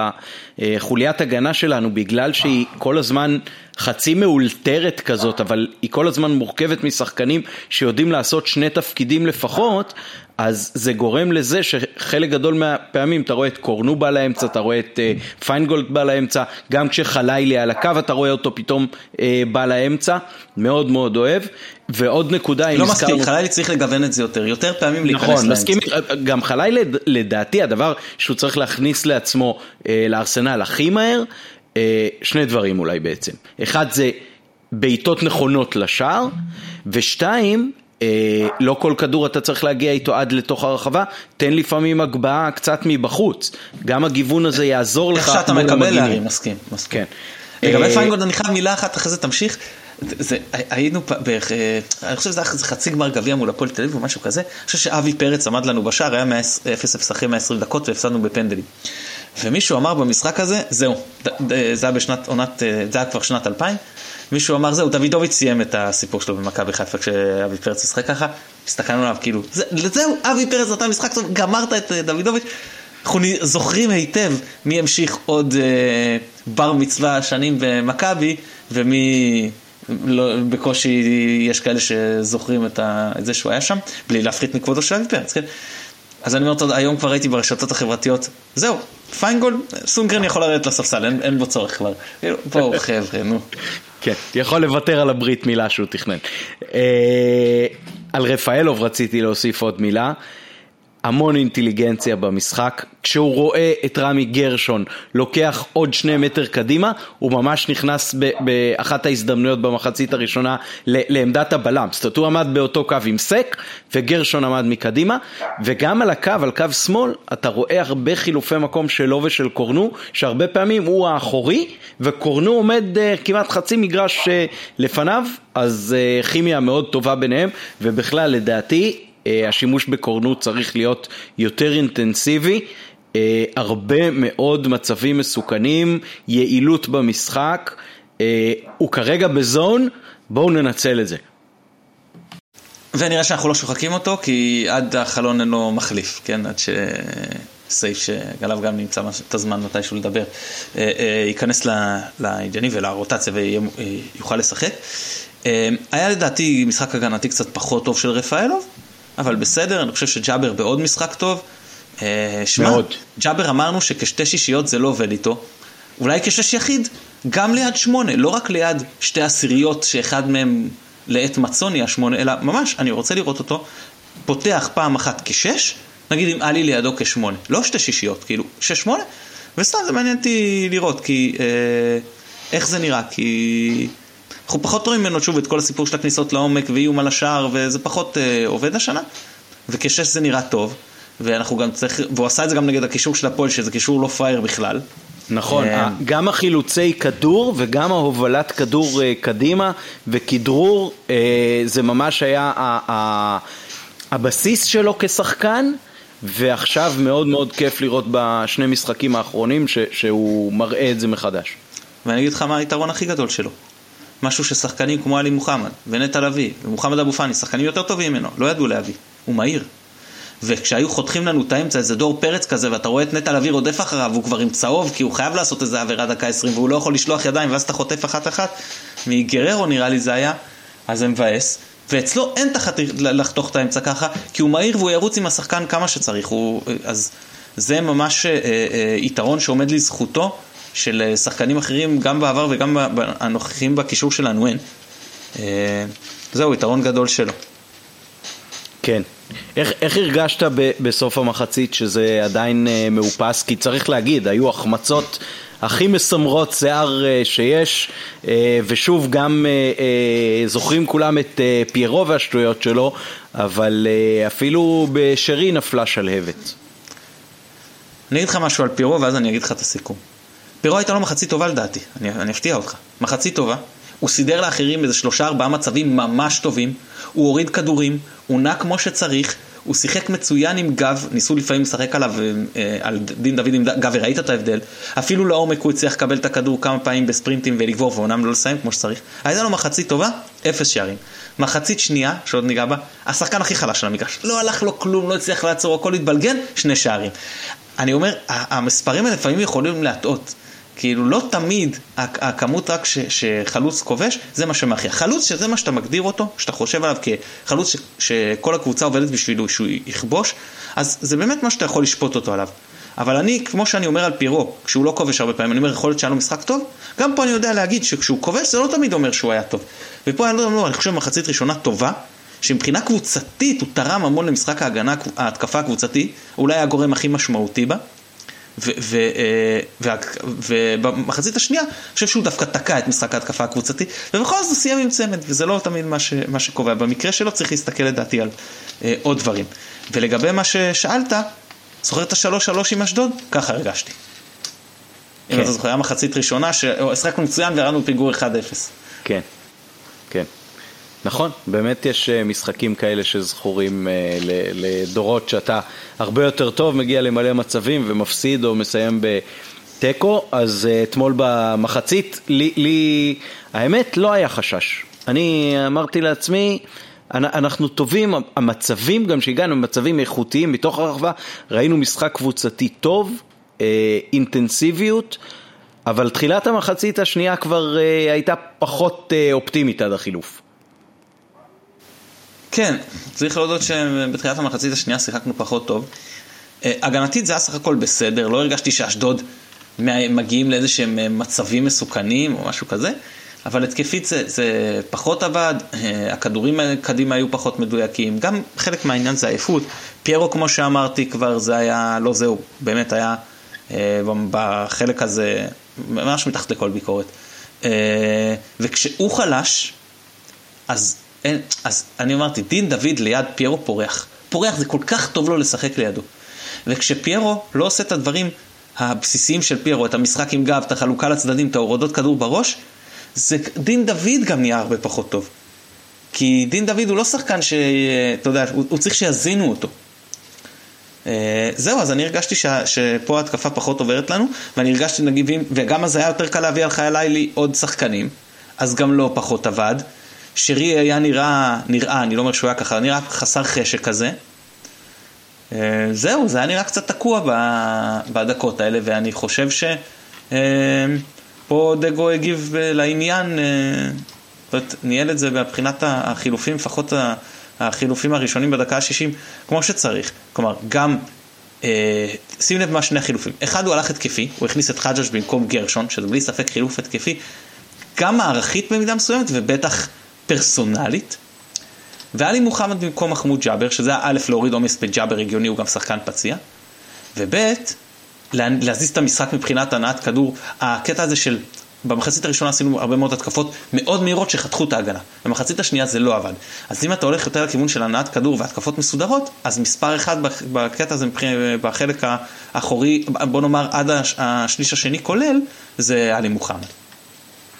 בחוליית הגנה שלנו, בגלל שהיא כל הזמן חצי מאולתרת כזאת, אבל היא כל הזמן מורכבת משחקנים שיודעים לעשות שני תפקידים לפחות, אז זה גורם לזה שחלק גדול מהפעמים אתה רואה את קורנו בא לאמצע, אתה רואה את uh, פיינגולד בא לאמצע, גם כשחלילי על הקו אתה רואה אותו פתאום uh, בא לאמצע, מאוד מאוד אוהב. ועוד נקודה, לא מסכים, חלילי צריך לגוון את זה יותר, יותר פעמים להיכנס לאמצע. נכון, מסכים, גם חלילי לדעתי הדבר שהוא צריך להכניס לעצמו uh, לארסנל הכי מהר, uh, שני דברים אולי בעצם. אחד זה בעיטות נכונות לשער, ושתיים, לא כל כדור אתה צריך להגיע איתו עד לתוך הרחבה, תן לפעמים הגבהה קצת מבחוץ, גם הגיוון הזה יעזור לך. איך שאתה מקבל להרים, מסכים, מסכים. לגבי פיינגולד אני חייב מילה אחת, אחרי זה תמשיך, היינו בערך, אני חושב שזה חצי גמר גביע מול הפועל תל אביב או משהו כזה, אני חושב שאבי פרץ עמד לנו בשער, היה אפס אפס אחרי מאה ועשרים דקות והפסדנו בפנדלים. ומישהו אמר במשחק הזה, זהו, זה היה בשנת עונת, זה היה כבר שנת אלפיים, מישהו אמר זהו, דוידוביץ' סיים את הסיפור שלו במכבי חיפה כשאבי פרץ ישחק ככה, הסתכלנו עליו כאילו, זהו, אבי פרץ נתן משחק טוב, גמרת את דוידוביץ'. אנחנו זוכרים היטב מי המשיך עוד אה, בר מצווה שנים במכבי, ומי לא, בקושי יש כאלה שזוכרים את, ה, את זה שהוא היה שם, בלי להפחית מכבודו של אבי פרץ, כן? אז אני אומר, היום כבר ראיתי ברשתות החברתיות, זהו, פיינגולד, סונגרן יכול לרדת לספסל, אין, אין בו צורך כבר. בואו חבר'ה, נו. כן, יכול לוותר על הברית מילה שהוא תכנן. אה, על רפאלוב רציתי להוסיף עוד מילה, המון אינטליגנציה במשחק, כשהוא רואה את רמי גרשון לוקח עוד שני מטר קדימה, הוא ממש נכנס באחת ההזדמנויות במחצית הראשונה לעמדת הבלם, זאת אומרת הוא עמד באותו קו עם סק, וגרשון עמד מקדימה, וגם על הקו, על קו שמאל, אתה רואה הרבה חילופי מקום שלו ושל קורנו, שהרבה פעמים הוא האחורי, וקורנו עומד כמעט חצי מגרש לפניו, אז כימיה מאוד טובה ביניהם, ובכלל לדעתי, השימוש בקורנו צריך להיות יותר אינטנסיבי, הרבה מאוד מצבים מסוכנים, יעילות במשחק, הוא כרגע בזון, בואו ננצל את זה. ונראה שאנחנו לא שוחקים אותו, כי עד החלון אין לו מחליף, כן? עד שסייף שגליו גם נמצא את הזמן מתישהו לדבר, ייכנס לעניינים ולרוטציה ויוכל לשחק. היה לדעתי משחק הגנתי קצת פחות טוב של רפאלוב, אבל בסדר, אני חושב שג'אבר בעוד משחק טוב. שמה, מאוד. ג'אבר אמרנו שכשתי שישיות זה לא עובד איתו, אולי כשש יחיד, גם ליד שמונה, לא רק ליד שתי עשיריות שאחד מהם לעת מצוני השמונה, אלא ממש, אני רוצה לראות אותו, פותח פעם אחת כשש, נגיד אם עלי לידו כשמונה, לא שתי שישיות, כאילו שש שמונה, וסתם זה מעניין אותי לראות, כי אה, איך זה נראה, כי אנחנו פחות רואים ממנו שוב את כל הסיפור של הכניסות לעומק ואיום על השער, וזה פחות אה, עובד השנה, וכשש זה נראה טוב, ואנחנו גם צריך, והוא עשה את זה גם נגד הקישור של הפועל, שזה קישור לא פייר בכלל. נכון, גם החילוצי כדור וגם ההובלת כדור קדימה וכדרור, זה ממש היה הבסיס שלו כשחקן, ועכשיו מאוד מאוד כיף לראות בשני משחקים האחרונים שהוא מראה את זה מחדש. ואני אגיד לך מה היתרון הכי גדול שלו. משהו ששחקנים כמו עלי מוחמד, ונטע לביא, ומוחמד אבו פאני, שחקנים יותר טובים ממנו, לא ידעו להביא. הוא מהיר. וכשהיו חותכים לנו את האמצע, איזה דור פרץ כזה, ואתה רואה את נטע לביא רודף אחריו, והוא כבר עם צהוב, כי הוא חייב לעשות איזה עבירה דקה עשרים, והוא לא יכול לשלוח ידיים, ואז אתה חוטף אחת אחת. מגררו נראה לי זה היה, אז זה מבאס. ואצלו אין תחת לחתוך את האמצע ככה, כי הוא מהיר והוא ירוץ עם השחקן כמה שצריך. הוא, אז זה ממש אה, אה, יתרון שעומד לזכותו של שחקנים אחרים, גם בעבר וגם הנוכחים בקישור שלנו אין. אה, זהו, יתרון גדול שלו. כן. איך, איך הרגשת ב, בסוף המחצית שזה עדיין אה, מאופס? כי צריך להגיד, היו החמצות הכי מסמרות שיער שיש, ושוב גם זוכרים כולם את פיירו והשטויות שלו, אבל אפילו בשרי נפלה שלהבת. אני אגיד לך משהו על פיירו ואז אני אגיד לך את הסיכום. פיירו הייתה לו מחצית טובה לדעתי, אני, אני אפתיע אותך. מחצית טובה, הוא סידר לאחרים איזה שלושה ארבעה מצבים ממש טובים, הוא הוריד כדורים, הוא נע כמו שצריך, הוא שיחק מצוין עם גב, ניסו לפעמים לשחק עליו, על דין דוד עם גב, וראית את ההבדל. אפילו לעומק הוא הצליח לקבל את הכדור כמה פעמים בספרינטים ולגבור, ועונם לא לסיים כמו שצריך. הייתה לו מחצית טובה, אפס שערים. מחצית שנייה, שעוד ניגע בה, השחקן הכי חלש של המגרש. לא הלך לו כלום, לא הצליח לעצור, הכל התבלגן, שני שערים. אני אומר, המספרים האלה לפעמים יכולים להטעות. כאילו לא תמיד הכמות רק ש, שחלוץ כובש, זה מה שמאחיה. חלוץ שזה מה שאתה מגדיר אותו, שאתה חושב עליו כחלוץ ש, שכל הקבוצה עובדת בשבילו שהוא יכבוש, אז זה באמת מה שאתה יכול לשפוט אותו עליו. אבל אני, כמו שאני אומר על פיירו, כשהוא לא כובש הרבה פעמים, אני אומר, יכול להיות שהיה לו משחק טוב, גם פה אני יודע להגיד שכשהוא כובש, זה לא תמיד אומר שהוא היה טוב. ופה אני לא אומר, אני חושב מחצית ראשונה טובה, שמבחינה קבוצתית הוא תרם המון למשחק ההגנה, ההתקפה הקבוצתי, אולי הגורם הכי משמעותי בה. ובמחצית השנייה, אני חושב שהוא דווקא תקע את משחק ההתקפה הקבוצתי, ובכל זאת הוא סיים עם צמד, וזה לא תמיד מה שקובע. במקרה שלו צריך להסתכל לדעתי על עוד דברים. ולגבי מה ששאלת, זוכר את השלוש שלוש עם אשדוד? ככה הרגשתי. אם אתה זוכר, היה מחצית ראשונה, שהשחקנו מצוין והרדנו פיגור אחד אפס. כן, כן. נכון, באמת יש משחקים כאלה שזכורים לדורות שאתה הרבה יותר טוב, מגיע למלא מצבים ומפסיד או מסיים בטקו. אז אתמול במחצית, לי, לי האמת לא היה חשש. אני אמרתי לעצמי, אנחנו טובים, המצבים גם שהגענו, מצבים איכותיים מתוך הרחבה, ראינו משחק קבוצתי טוב, אינטנסיביות, אבל תחילת המחצית השנייה כבר הייתה פחות אופטימית עד החילוף. כן, צריך להודות שבתחילת המחצית השנייה שיחקנו פחות טוב. הגנתית זה היה סך הכל בסדר, לא הרגשתי שאשדוד מגיעים לאיזה שהם מצבים מסוכנים או משהו כזה, אבל התקפית זה, זה פחות עבד, הכדורים קדימה היו פחות מדויקים, גם חלק מהעניין זה העייפות. פיירו כמו שאמרתי כבר זה היה, לא זהו, באמת היה בחלק הזה ממש מתחת לכל ביקורת. וכשהוא חלש, אז אין, אז אני אמרתי, דין דוד ליד פיירו פורח. פורח זה כל כך טוב לו לשחק לידו. וכשפיירו לא עושה את הדברים הבסיסיים של פיירו, את המשחק עם גב, את החלוקה לצדדים, את ההורדות כדור בראש, זה דין דוד גם נהיה הרבה פחות טוב. כי דין דוד הוא לא שחקן ש... אתה יודע, הוא, הוא צריך שיזינו אותו. זהו, אז אני הרגשתי ש... שפה ההתקפה פחות עוברת לנו, ואני הרגשתי נגיבים, וגם אז היה יותר קל להביא על חיי לילי עוד שחקנים, אז גם לא פחות עבד. שרי היה נראה, נראה, אני לא אומר שהוא היה ככה, נראה חסר חשק כזה. זהו, זה היה נראה קצת תקוע בדקות האלה, ואני חושב שפה דגו הגיב לעניין, ניהל את זה מבחינת החילופים, לפחות החילופים הראשונים בדקה ה-שישים, כמו שצריך. כלומר, גם, שים לב מה שני החילופים. אחד הוא הלך התקפי, הוא הכניס את חג'ג' במקום גרשון, שזה בלי ספק חילוף התקפי, גם מערכית במידה מסוימת, ובטח פרסונלית, ועלי מוחמד במקום מחמוד ג'אבר, שזה היה א' להוריד עומס בג'אבר הגיוני, הוא גם שחקן פציע, וב' להזיז את המשחק מבחינת הנעת כדור. הקטע הזה של, במחצית הראשונה עשינו הרבה מאוד התקפות מאוד מהירות שחתכו את ההגנה, במחצית השנייה זה לא עבד. אז אם אתה הולך יותר לכיוון של הנעת כדור והתקפות מסודרות, אז מספר אחד בקטע הזה, בחלק האחורי, בוא נאמר עד השליש השני כולל, זה עלי מוחמד.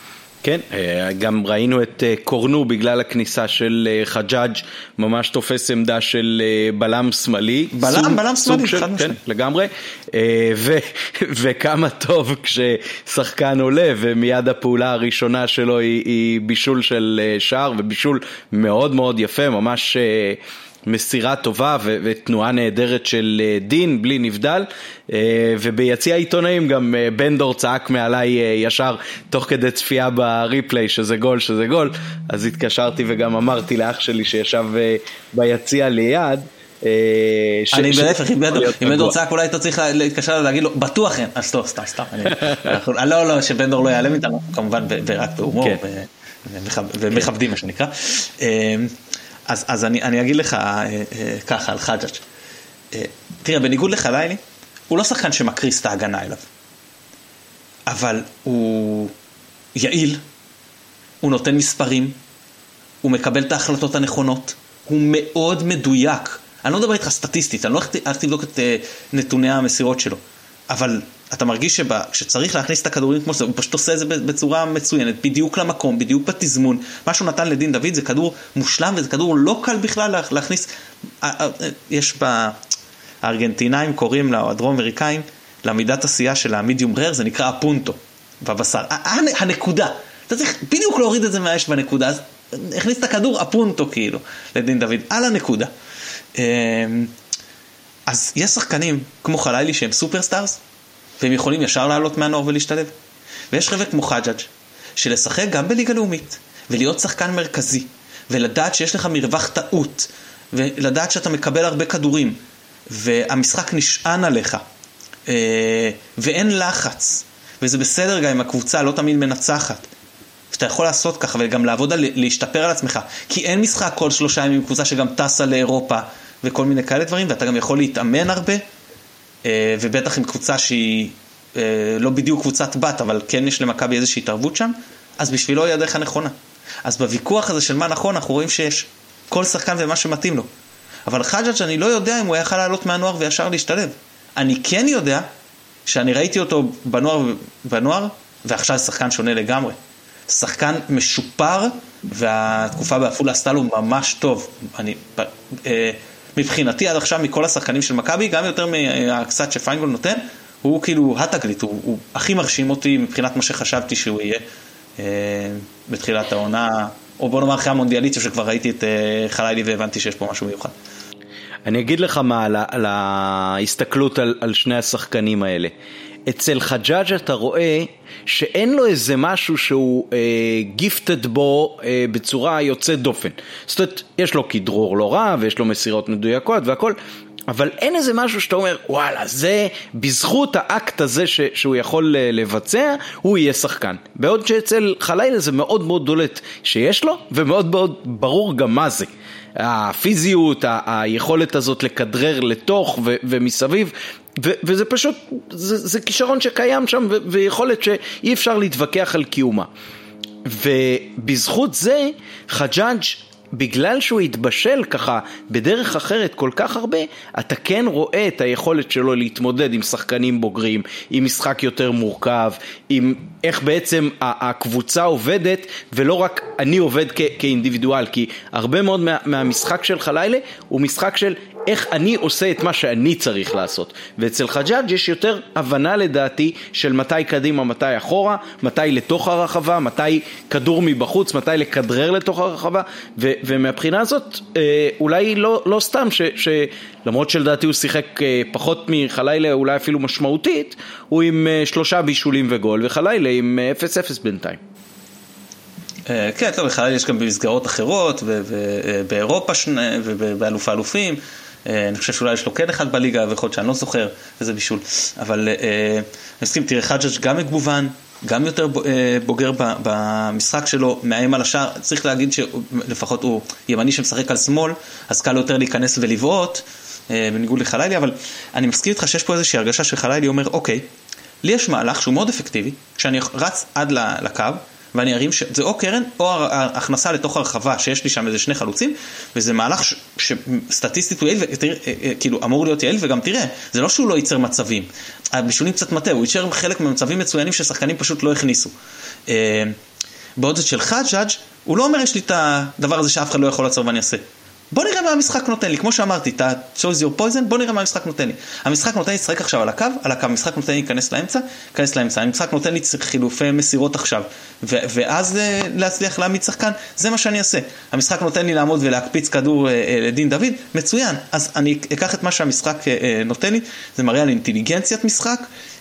כן, גם ראינו את קורנו בגלל הכניסה של חג'אג' ממש תופס עמדה של בלם שמאלי. בלם, בלם שמאלי, חד משמעית. כן, לגמרי. ו, וכמה טוב כששחקן עולה ומיד הפעולה הראשונה שלו היא, היא בישול של שער, ובישול מאוד מאוד יפה, ממש מסירה טובה ו- ותנועה נהדרת של דין בלי נבדל, וביציע העיתונאים גם בנדור צעק מעליי ישר תוך כדי צפייה בריפליי שזה גול שזה גול, אז התקשרתי וגם אמרתי לאח שלי שישב ביציע ליד, אני בלהפך, אם בנדור צעק אולי אתה צריך להתקשר להגיד לו בטוח אין, אז טוב, סתם סתם לא לא שבנדור לא יעלם איתנו כמובן ורק בהומור ומכבדים מה שנקרא. אז, אז אני, אני אגיד לך אה, אה, ככה על חג'אג'. אה, תראה, בניגוד לחלילי, הוא לא שחקן שמקריס את ההגנה אליו. אבל הוא יעיל, הוא נותן מספרים, הוא מקבל את ההחלטות הנכונות, הוא מאוד מדויק. אני לא מדבר איתך סטטיסטית, אני לא הולך לבדוק את אה, נתוני המסירות שלו. אבל אתה מרגיש שכשצריך להכניס את הכדורים כמו שזה, הוא פשוט עושה את זה בצורה מצוינת, בדיוק למקום, בדיוק בתזמון. מה שהוא נתן לדין דוד זה כדור מושלם, וזה כדור לא קל בכלל להכניס. יש בארגנטינאים קוראים לה, או הדרום אמריקאים, לעמידת עשייה של המידיום רר, זה נקרא הפונטו, בבשר. הנקודה. אתה צריך בדיוק להוריד את זה מהאש בנקודה, אז הכניס את הכדור הפונטו כאילו, לדין דוד, על הנקודה. אז יש שחקנים כמו חלילי שהם סופרסטארס, והם יכולים ישר לעלות מהנוער ולהשתלב. ויש חבר'ה כמו חג'אג' שלשחק גם בליגה לאומית, ולהיות שחקן מרכזי, ולדעת שיש לך מרווח טעות, ולדעת שאתה מקבל הרבה כדורים, והמשחק נשען עליך, ואין לחץ, וזה בסדר גם אם הקבוצה לא תמיד מנצחת, שאתה יכול לעשות ככה, וגם לעבוד על להשתפר על עצמך, כי אין משחק כל שלושה ימים עם קבוצה שגם טסה לאירופה, וכל מיני כאלה דברים, ואתה גם יכול להתאמן הרבה, ובטח עם קבוצה שהיא לא בדיוק קבוצת בת, אבל כן יש למכבי איזושהי התערבות שם, אז בשבילו היא הדרך הנכונה. אז בוויכוח הזה של מה נכון, אנחנו רואים שיש כל שחקן ומה שמתאים לו. אבל חג'אג' אני לא יודע אם הוא יכל לעלות מהנוער וישר להשתלב. אני כן יודע שאני ראיתי אותו בנוער, בנוער ועכשיו שחקן שונה לגמרי. שחקן משופר, והתקופה בעפולה עשתה לו ממש טוב. אני... מבחינתי עד עכשיו מכל השחקנים של מכבי, גם יותר מהקצת שפיינגול נותן, הוא כאילו התגלית, הוא, הוא הכי מרשים אותי מבחינת מה שחשבתי שהוא יהיה אה, בתחילת העונה, או בוא נאמר אחרי המונדיאליציה שכבר ראיתי את אה, חלילי והבנתי שיש פה משהו מיוחד. אני אגיד לך מה על, על ההסתכלות על, על שני השחקנים האלה. אצל חג'אג' אתה רואה שאין לו איזה משהו שהוא אה, גיפטד בו אה, בצורה יוצאת דופן. זאת אומרת, יש לו כדרור לא רע ויש לו מסירות מדויקות והכל, אבל אין איזה משהו שאתה אומר, וואלה, זה בזכות האקט הזה ש, שהוא יכול לבצע, הוא יהיה שחקן. בעוד שאצל חלילי זה מאוד מאוד דולת שיש לו, ומאוד מאוד ברור גם מה זה. הפיזיות, ה- היכולת הזאת לכדרר לתוך ו- ומסביב, ו- וזה פשוט, זה, זה כישרון שקיים שם, ו- ויכולת שאי אפשר להתווכח על קיומה. ובזכות זה, חג'אג' בגלל שהוא התבשל ככה בדרך אחרת כל כך הרבה, אתה כן רואה את היכולת שלו להתמודד עם שחקנים בוגרים, עם משחק יותר מורכב, עם איך בעצם הקבוצה עובדת, ולא רק אני עובד כ- כאינדיבידואל, כי הרבה מאוד מה- מהמשחק של חלילי הוא משחק של איך אני עושה את מה שאני צריך לעשות. ואצל חג'אג' יש יותר הבנה לדעתי של מתי קדימה, מתי אחורה, מתי לתוך הרחבה, מתי כדור מבחוץ, מתי לכדרר לתוך הרחבה, ו- ומהבחינה הזאת אולי לא, לא סתם ש, שלמרות שלדעתי הוא שיחק פחות מחלילי, אולי אפילו משמעותית, הוא עם שלושה בישולים וגול, וחלילי עם אפס אפס בינתיים. כן, טוב, חלילי יש גם במסגרות אחרות, ובאירופה ובאלוף האלופים, אני חושב שאולי יש לו כן אחד בליגה, ויכול להיות שאני לא זוכר איזה בישול, אבל אני מסכים, תראה, חג'אג' גם מגוון, גם יותר בוגר במשחק שלו, מאיים על השאר, צריך להגיד שלפחות הוא ימני שמשחק על שמאל, אז קל יותר להיכנס ולבעוט, בניגוד לחלילי, אבל אני מסכים איתך שיש פה איזושהי הרגשה שחלילי אומר, אוקיי, לי יש מהלך שהוא מאוד אפקטיבי, שאני רץ עד לקו, ואני ארים שזה או קרן או הכנסה לתוך הרחבה, שיש לי שם איזה שני חלוצים, וזה מהלך שסטטיסטית הוא יעיל, כאילו אמור להיות יעיל, וגם תראה, זה לא שהוא לא ייצר מצבים, הבישולים קצת מטה, הוא ייצר חלק מהמצבים מצוינים ששחקנים פשוט לא הכניסו. בעוד זאת של חג'אג' הוא לא אומר יש לי את הדבר הזה שאף אחד לא יכול לעצור ואני אעשה. בוא נראה מה המשחק נותן לי, כמו שאמרתי, אתה choose your poison, בוא נראה מה המשחק נותן לי. המשחק נותן לי לשחק עכשיו על הקו, על הקו, המשחק נותן לי להיכנס לאמצע, להיכנס לאמצע, המשחק נותן לי חילופי מסירות עכשיו, ו- ואז להצליח להעמיד שחקן, זה מה שאני אעשה. המשחק נותן לי לעמוד ולהקפיץ כדור לדין דוד, מצוין, אז אני אקח את מה שהמשחק נותן לי, זה מראה על אינטליגנציית משחק,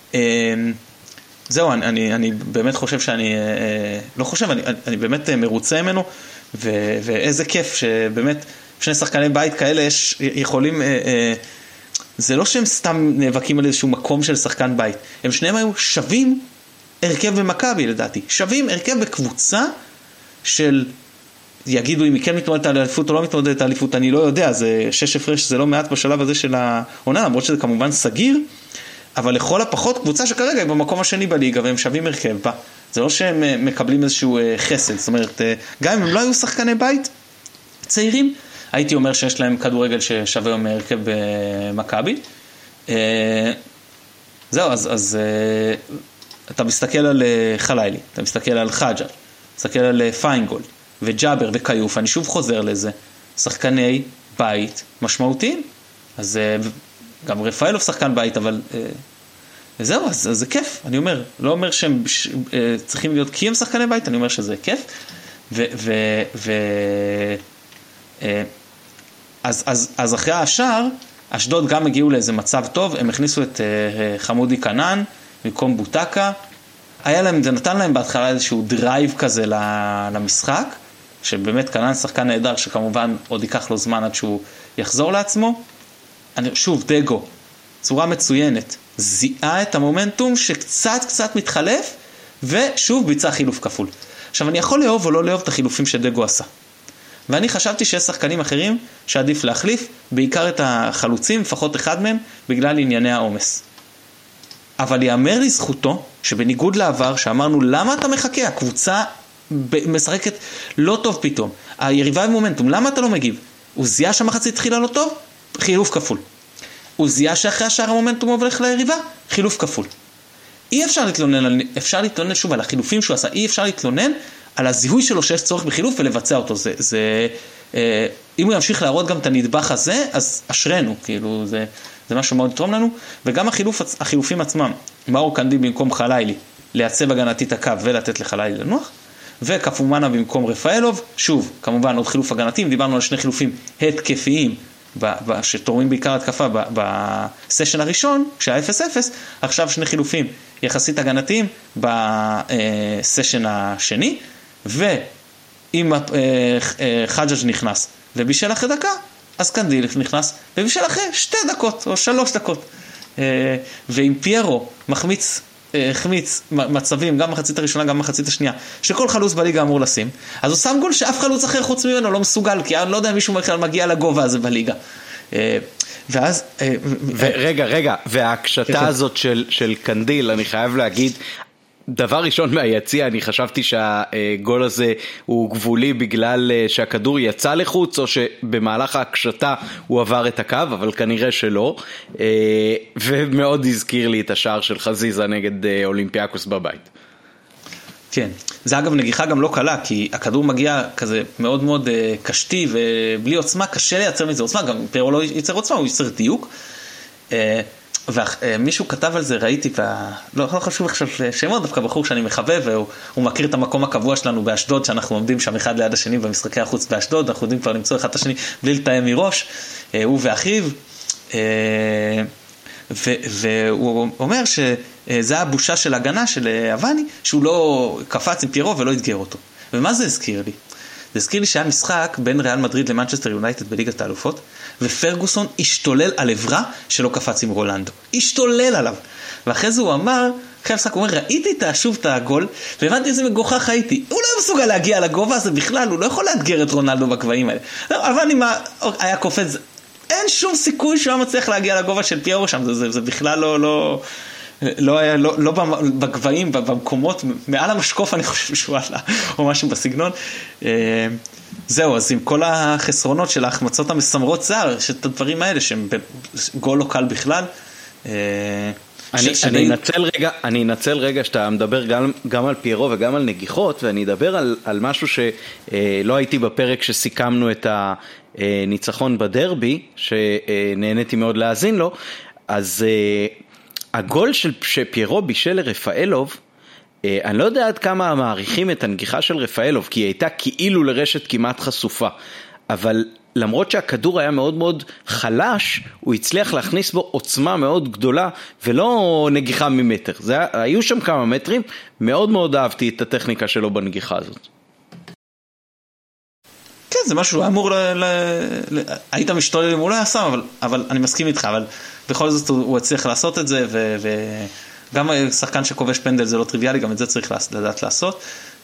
זהו, אני, אני, אני באמת חושב שאני, לא חושב, אני, אני באמת מרוצה ממנו, ו- ואיזה כיף שבאמת, שני שחקני בית כאלה יש, יכולים, אה, אה, זה לא שהם סתם נאבקים על איזשהו מקום של שחקן בית, הם שניהם היו שווים הרכב במכבי לדעתי, שווים הרכב בקבוצה של, יגידו אם היא כן מתמודדת על אליפות או לא מתמודדת על אליפות, אני לא יודע, זה שש הפרש, זה לא מעט בשלב הזה של העונה, למרות שזה כמובן סגיר, אבל לכל הפחות קבוצה שכרגע היא במקום השני בליגה והם שווים הרכב בה, זה לא שהם מקבלים איזשהו חסד, זאת אומרת, גם אם הם לא היו שחקני בית צעירים, הייתי אומר שיש להם כדורגל ששווה יום הרכב במכבי. זהו, אז, אז אתה מסתכל על חלילי, אתה מסתכל על חג'אג', מסתכל על פיינגולד וג'אבר וקיוף, אני שוב חוזר לזה, שחקני בית משמעותיים. אז גם רפאלוב שחקן בית, אבל זהו, אז, אז זה כיף, אני אומר, לא אומר שהם צריכים להיות כי הם שחקני בית, אני אומר שזה כיף. ו... ו, ו אז, אז, אז אחרי השאר, אשדוד גם הגיעו לאיזה מצב טוב, הם הכניסו את uh, חמודי קנן, במקום בוטקה, היה להם, זה נתן להם בהתחלה איזשהו דרייב כזה למשחק, שבאמת קנן שחקן נהדר, שכמובן עוד ייקח לו זמן עד שהוא יחזור לעצמו. אני, שוב, דגו, צורה מצוינת, זיהה את המומנטום שקצת קצת מתחלף, ושוב ביצע חילוף כפול. עכשיו אני יכול לאהוב או לא לאהוב את החילופים שדגו עשה. ואני חשבתי שיש שחקנים אחרים שעדיף להחליף, בעיקר את החלוצים, לפחות אחד מהם, בגלל ענייני העומס. אבל יאמר לזכותו, שבניגוד לעבר, שאמרנו, למה אתה מחכה? הקבוצה משחקת לא טוב פתאום. היריבה עם מומנטום, למה אתה לא מגיב? הוא זיהה שהמחצית התחילה לא טוב? חילוף כפול. הוא זיהה שאחרי השאר המומנטום הולך ליריבה? חילוף כפול. אי אפשר להתלונן, אפשר להתלונן שוב על החילופים שהוא עשה, אי אפשר להתלונן על הזיהוי שלו שיש צורך בחילוף ולבצע אותו. זה, זה, אה, אם הוא ימשיך להראות גם את הנדבך הזה, אז אשרנו, כאילו, זה, זה משהו מאוד יתרום לנו. וגם החילוף, החילופים עצמם, מאור קנדי במקום חלילי, לייצב הגנתית הקו ולתת לחלילי לנוח, וקפומנה במקום רפאלוב, שוב, כמובן עוד חילוף הגנתיים, דיברנו על שני חילופים התקפיים, שתורמים בעיקר התקפה בסשן הראשון, כשהיה אפס אפס, עכשיו שני חילופים יחסית הגנתיים בסשן השני, ואם חג'אג' נכנס ובישל אחרי דקה, אז קנדיל נכנס ובישל אחרי שתי דקות או שלוש דקות. ואם פיירו מחמיץ, החמיץ מצבים, גם מחצית הראשונה, גם מחצית השנייה, שכל חלוץ בליגה אמור לשים, אז הוא שם גול שאף חלוץ אחר חוץ ממנו לא מסוגל, כי אני לא יודע אם מישהו בכלל מגיע לגובה הזה בליגה. ואז... רגע, רגע, וההקשתה הזאת של, של קנדיל, אני חייב להגיד, דבר ראשון מהיציע, אני חשבתי שהגול הזה הוא גבולי בגלל שהכדור יצא לחוץ, או שבמהלך ההקשתה הוא עבר את הקו, אבל כנראה שלא, ומאוד הזכיר לי את השער של חזיזה נגד אולימפיאקוס בבית. כן, זה אגב נגיחה גם לא קלה, כי הכדור מגיע כזה מאוד מאוד קשתי, ובלי עוצמה קשה לייצר מזה עוצמה, גם פיירו לא ייצר עוצמה, הוא ייצר דיוק, ומישהו כתב על זה, ראיתי, לא חשוב עכשיו שמות, דווקא בחור שאני מחבב, והוא מכיר את המקום הקבוע שלנו באשדוד, שאנחנו עומדים שם אחד ליד השני במשחקי החוץ באשדוד, אנחנו יודעים כבר למצוא אחד את השני בלי לתאם מראש, הוא ואחיו, והוא אומר שזה הבושה של הגנה של אבני, שהוא לא קפץ עם פיירו ולא התגר אותו. ומה זה הזכיר לי? זה הזכיר לי שהיה משחק בין ריאל מדריד למנצ'סטר יונייטד בליגת האלופות, ופרגוסון השתולל על עברה שלא קפץ עם רולנדו. השתולל עליו. ואחרי זה הוא אמר, אחרי המשחק הוא אומר, ראיתי שוב את הגול, והבנתי איזה מגוחך הייתי. הוא לא מסוגל להגיע לגובה הזה בכלל, הוא לא יכול לאתגר את רונלדו בגבהים האלה. אבל אני היה קופץ, אין שום סיכוי שהוא מצליח להגיע לגובה של פיירו שם, זה, זה, זה בכלל לא... לא לא היה, לא, לא בגבהים, במקומות, מעל המשקוף אני חושב שהוא עלה, או משהו בסגנון. זהו, אז עם כל החסרונות של ההחמצות המסמרות זר, שאת הדברים האלה, שהם גול לא קל בכלל, אני, ש... אני, אנצל רגע, אני אנצל רגע שאתה מדבר גם, גם על פיירו וגם על נגיחות, ואני אדבר על, על משהו שלא הייתי בפרק שסיכמנו את הניצחון בדרבי, שנהניתי מאוד להאזין לו. אז הגול של שפיירו בישל לרפאלוב, אני לא יודע עד כמה מעריכים את הנגיחה של רפאלוב, כי היא הייתה כאילו לרשת כמעט חשופה, אבל למרות שהכדור היה מאוד מאוד חלש, הוא הצליח להכניס בו עוצמה מאוד גדולה, ולא נגיחה ממטר. זה, היו שם כמה מטרים, מאוד מאוד אהבתי את הטכניקה שלו בנגיחה הזאת. כן, זה משהו אמור, ל, ל, ל, היית משתולל אם הוא לא היה שם, אבל, אבל אני מסכים איתך, אבל בכל זאת הוא, הוא הצליח לעשות את זה, ו, וגם שחקן שכובש פנדל זה לא טריוויאלי, גם את זה צריך לדעת לעשות.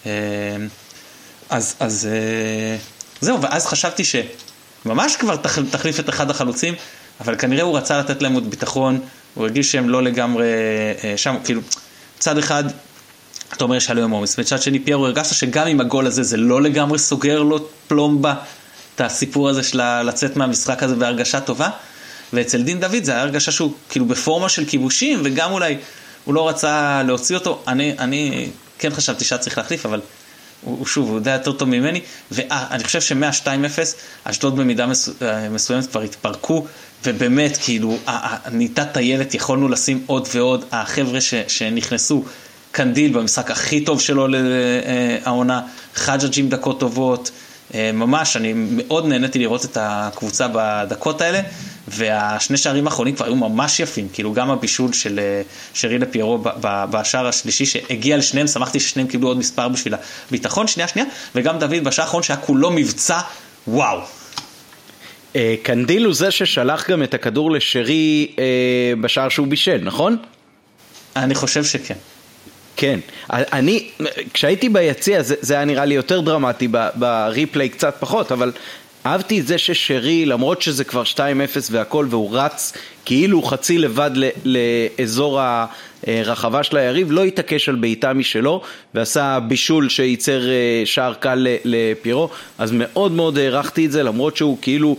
אז, אז זהו, ואז חשבתי ש... ממש כבר תחליף את אחד החלוצים, אבל כנראה הוא רצה לתת להם עוד ביטחון, הוא הרגיש שהם לא לגמרי שם, כאילו, צד אחד, אתה אומר שעלו עם עומס, וצד שני פיירו הרגשת שגם עם הגול הזה זה לא לגמרי סוגר לו פלומבה, את הסיפור הזה של לצאת מהמשחק הזה בהרגשה טובה, ואצל דין דוד זה היה הרגשה שהוא כאילו בפורמה של כיבושים, וגם אולי הוא לא רצה להוציא אותו, אני, אני כן חשבתי שאת צריך להחליף, אבל הוא שוב, הוא יודע יותר טוב ממני, ואני חושב שמה-שתיים אפס, אשדוד במידה מסוימת כבר התפרקו, ובאמת, כאילו, ניתת הילד יכולנו לשים עוד ועוד, החבר'ה שנכנסו, קנדיל במשחק הכי טוב שלו לעונה, חג'ג' עם דקות טובות, ממש, אני מאוד נהניתי לראות את הקבוצה בדקות האלה, והשני שערים האחרונים כבר היו ממש יפים, כאילו גם הבישול של שרי לפיירו בשער השלישי שהגיע לשניהם, שמחתי ששניהם קיבלו עוד מספר בשביל הביטחון, שנייה שנייה, וגם דוד בשער האחרון שהיה כולו מבצע, וואו. קנדיל הוא זה ששלח גם את הכדור לשרי בשער שהוא בישל, נכון? אני חושב שכן. כן, אני, כשהייתי ביציע, זה, זה היה נראה לי יותר דרמטי, בריפליי קצת פחות, אבל אהבתי את זה ששרי, למרות שזה כבר שתיים אפס והכל, והוא רץ כאילו חצי לבד לאזור הרחבה של היריב, לא התעקש על בעיטה משלו, ועשה בישול שייצר שער קל לפיירו, אז מאוד מאוד הערכתי את זה, למרות שהוא כאילו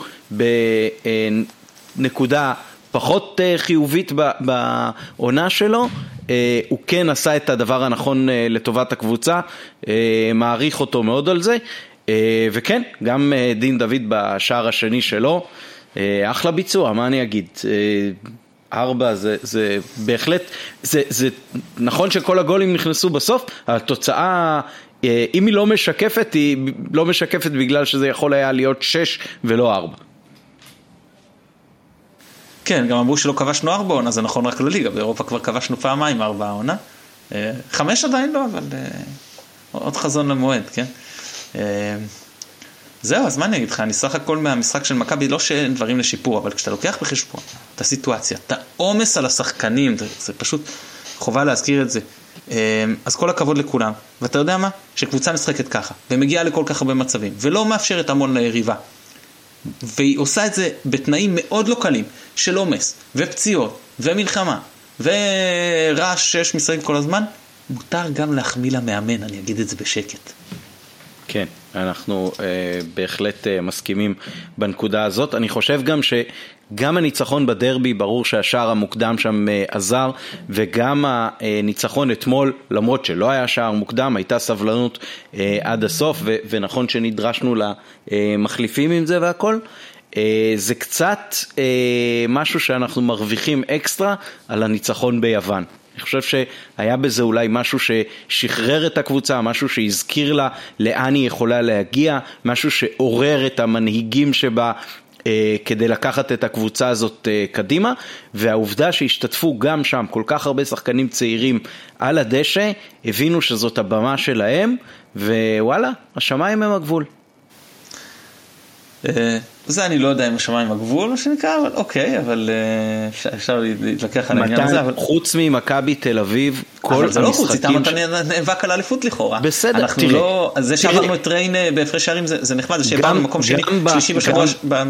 בנקודה פחות חיובית בעונה שלו, הוא כן עשה את הדבר הנכון לטובת הקבוצה, מעריך אותו מאוד על זה, וכן, גם דין דוד בשער השני שלו, אחלה ביצוע, מה אני אגיד, ארבע, זה, זה בהחלט, זה, זה נכון שכל הגולים נכנסו בסוף, התוצאה, אם היא לא משקפת, היא לא משקפת בגלל שזה יכול היה להיות שש ולא ארבע. כן, גם אמרו שלא כבשנו ארבע עונה, זה נכון רק לליגה, באירופה כבר כבשנו פעמיים ארבע עונה, חמש עדיין לא, אבל עוד חזון למועד, כן? זהו, אז מה אני אגיד לך, אני סך הכל מהמשחק של מכבי, לא שאין דברים לשיפור, אבל כשאתה לוקח בחשבון את הסיטואציה, את העומס על השחקנים, זה פשוט חובה להזכיר את זה, אז כל הכבוד לכולם, ואתה יודע מה? שקבוצה משחקת ככה, ומגיעה לכל כך הרבה מצבים, ולא מאפשרת המון ליריבה, והיא עושה את זה בתנאים מאוד לא קלים, של עומס, ופציעות, ומלחמה, ורעש שיש משחקים כל הזמן, מותר גם להחמיא למאמן, אני אגיד את זה בשקט. כן, אנחנו אה, בהחלט אה, מסכימים בנקודה הזאת. אני חושב גם שגם הניצחון בדרבי, ברור שהשער המוקדם שם אה, עזר, וגם הניצחון אתמול, למרות שלא היה שער מוקדם, הייתה סבלנות אה, עד הסוף, ו- ונכון שנדרשנו למחליפים עם זה והכל. אה, זה קצת אה, משהו שאנחנו מרוויחים אקסטרה על הניצחון ביוון. אני חושב שהיה בזה אולי משהו ששחרר את הקבוצה, משהו שהזכיר לה לאן היא יכולה להגיע, משהו שעורר את המנהיגים שבה אה, כדי לקחת את הקבוצה הזאת אה, קדימה, והעובדה שהשתתפו גם שם כל כך הרבה שחקנים צעירים על הדשא, הבינו שזאת הבמה שלהם, ווואלה, השמיים הם הגבול. זה אני לא יודע אם השמיים הגבול, מה שנקרא, אבל אוקיי, אבל אפשר להתווכח על העניין הזה. חוץ ממכבי תל אביב, כל המשחקים... אבל זה לא חוץ, איתם אתה נאבק על האליפות לכאורה. בסדר, תראה. זה שעברנו את ריין בהפרש שערים, זה נחמד, זה שעברנו במקום שני, שלישי בשבוע...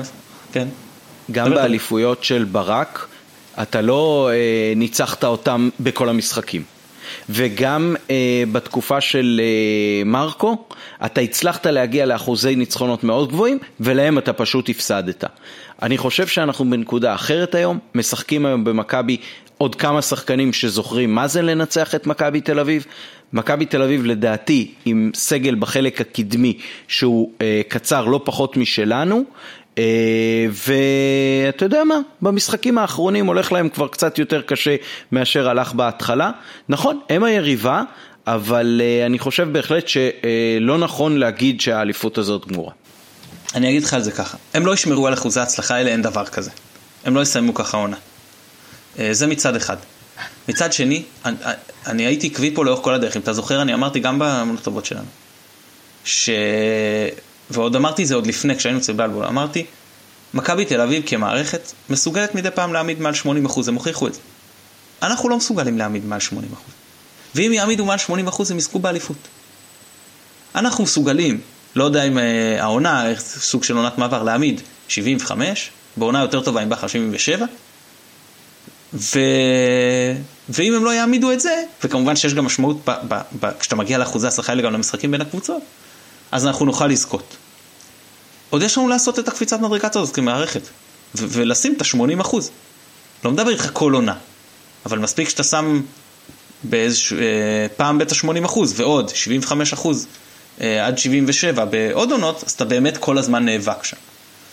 גם באליפויות של ברק, אתה לא ניצחת אותם בכל המשחקים. וגם אה, בתקופה של אה, מרקו, אתה הצלחת להגיע לאחוזי ניצחונות מאוד גבוהים, ולהם אתה פשוט הפסדת. אני חושב שאנחנו בנקודה אחרת היום, משחקים היום במכבי עוד כמה שחקנים שזוכרים מה זה לנצח את מכבי תל אביב. מכבי תל אביב לדעתי עם סגל בחלק הקדמי שהוא אה, קצר לא פחות משלנו, אה, ואתה יודע מה, במשחקים האחרונים הולך להם כבר קצת יותר קשה מאשר הלך בהתחלה. נכון, הם היריבה, אבל אה, אני חושב בהחלט שלא נכון להגיד שהאליפות הזאת גמורה. אני אגיד לך על זה ככה, הם לא ישמרו על אחוזי הצלחה, אלה אין דבר כזה. הם לא יסיימו ככה עונה. זה מצד אחד. מצד שני, אני, אני הייתי עקבי פה לאורך כל הדרך. אם אתה זוכר, אני אמרתי גם באמונות טובות שלנו. ש... ועוד אמרתי זה עוד לפני, כשהיינו אצל בלבול. אמרתי, מכבי תל אביב כמערכת מסוגלת מדי פעם להעמיד מעל שמונים אחוז, הם הוכיחו את זה. אנחנו לא מסוגלים להעמיד מעל שמונים אחוז. ואם יעמידו מעל שמונים אחוז, הם יזכו באליפות. אנחנו מסוגלים, לא יודע אם העונה, סוג של עונת מעבר, להעמיד שבעים וחמש, בעונה יותר טובה עם בכר שבעים ושבע, ו... ואם הם לא יעמידו את זה, וכמובן שיש גם משמעות ב... ב... ב... כשאתה מגיע לאחוזי הצלחה האלה גם למשחקים בין הקבוצות, אז אנחנו נוכל לזכות. עוד יש לנו לעשות את הקפיצת מדרגת הזאת כמערכת, ו... ולשים את ה-שמונים אחוז. לא מדבר איתך כל עונה, אבל מספיק שאתה שם באיזשהו, אה, פעם בית ה-שמונים אחוז, ועוד שבעים וחמישה אחוז אה, עד שבעים ושבע בעוד עונות, אז אתה באמת כל הזמן נאבק שם.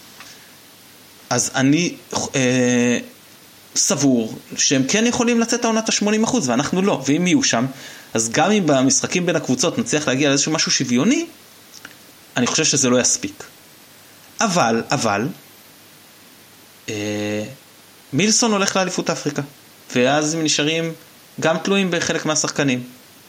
אז אני אה, סבור שהם כן יכולים לצאת העונת ה-שמונים אחוז, ואנחנו לא. ואם יהיו שם, אז גם אם במשחקים בין הקבוצות נצליח להגיע לאיזשהו משהו שוויוני, אני חושב שזה לא יספיק. אבל, אבל, אה, מילסון הולך לאליפות אפריקה, ואז הם נשארים גם תלויים בחלק מהשחקנים.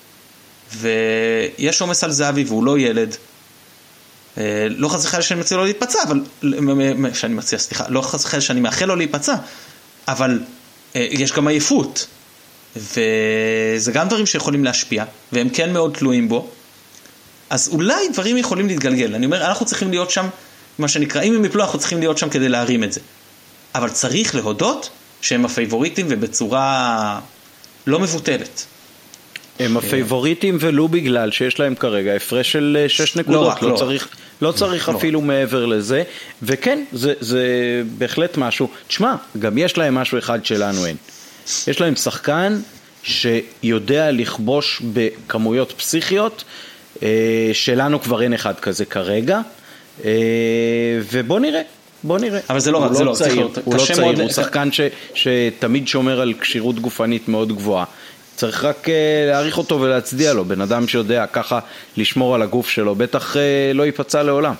ויש עומס על זהבי, והוא לא ילד. לא חס וחלילה שאני מציע לו להיפצע, אבל, שאני מציע, סליחה, לא חס וחלילה שאני מאחל לו להיפצע, אבל יש גם עייפות, וזה גם דברים שיכולים להשפיע, והם כן מאוד תלויים בו, אז אולי דברים יכולים להתגלגל. אני אומר, אנחנו צריכים להיות שם, מה שנקרא, אם הם יפלו, אנחנו צריכים להיות שם כדי להרים את זה. אבל צריך להודות שהם הפייבוריטים, ובצורה לא מבוטלת. הם הפייבוריטים ולו בגלל שיש להם כרגע הפרש של שש נקודות, לא צריך, לא צריך אפילו מעבר לזה, וכן, זה, זה בהחלט משהו. תשמע, גם יש להם משהו אחד שלנו אין. יש להם שחקן שיודע לכבוש בכמויות פסיכיות, שלנו כבר אין אחד כזה כרגע, ובוא נראה. בוא נראה. אבל זה לא, הוא זה לא לא צעיר, צעיר, הוא לא צעיר, מאוד... הוא שחקן ש, שתמיד שומר על קשירות גופנית מאוד גבוהה. צריך רק uh, להעריך אותו ולהצדיע לו, בן אדם שיודע ככה לשמור על הגוף שלו, בטח uh, לא ייפצע לעולם.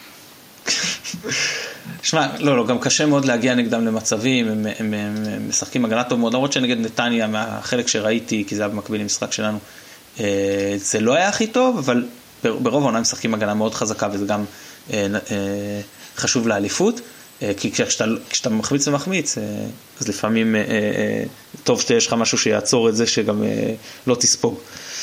שמע, לא, לא, גם קשה מאוד להגיע נגדם למצבים, הם, הם, הם, הם משחקים הגנה טוב מאוד, למרות שנגד נתניה, מהחלק שראיתי, כי זה היה במקביל למשחק שלנו, uh, זה לא היה הכי טוב, אבל ברוב העונה משחקים הגנה מאוד חזקה, וזה גם uh, uh, חשוב לאליפות, כי כשאתה, כשאתה מחמיץ ומחמיץ, אז לפעמים טוב שיש לך משהו שיעצור את זה שגם לא תספוג.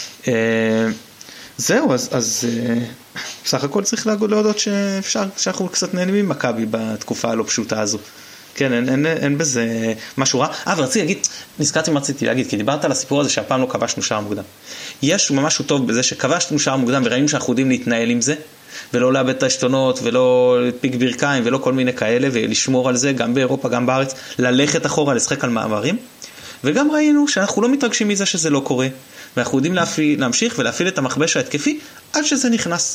זהו, אז, אז בסך הכל צריך להודות שאפשר, שאנחנו קצת נהנים ממכבי בתקופה הלא פשוטה הזו. כן, אין, אין, אין בזה משהו רע. אה, ורציתי להגיד, נזכרתי מה רציתי להגיד, כי דיברת על הסיפור הזה שהפעם לא כבשנו שער מוקדם. יש משהו טוב בזה שכבשנו שער מוקדם וראינו שאנחנו יודעים להתנהל עם זה, ולא לאבד את השתונות, ולא פיק ברכיים, ולא כל מיני כאלה, ולשמור על זה, גם באירופה, גם בארץ, ללכת אחורה, לשחק על מעברים. וגם ראינו שאנחנו לא מתרגשים מזה שזה לא קורה, ואנחנו יודעים להפעיל, להמשיך ולהפעיל את המחבש ההתקפי, עד שזה נכנס.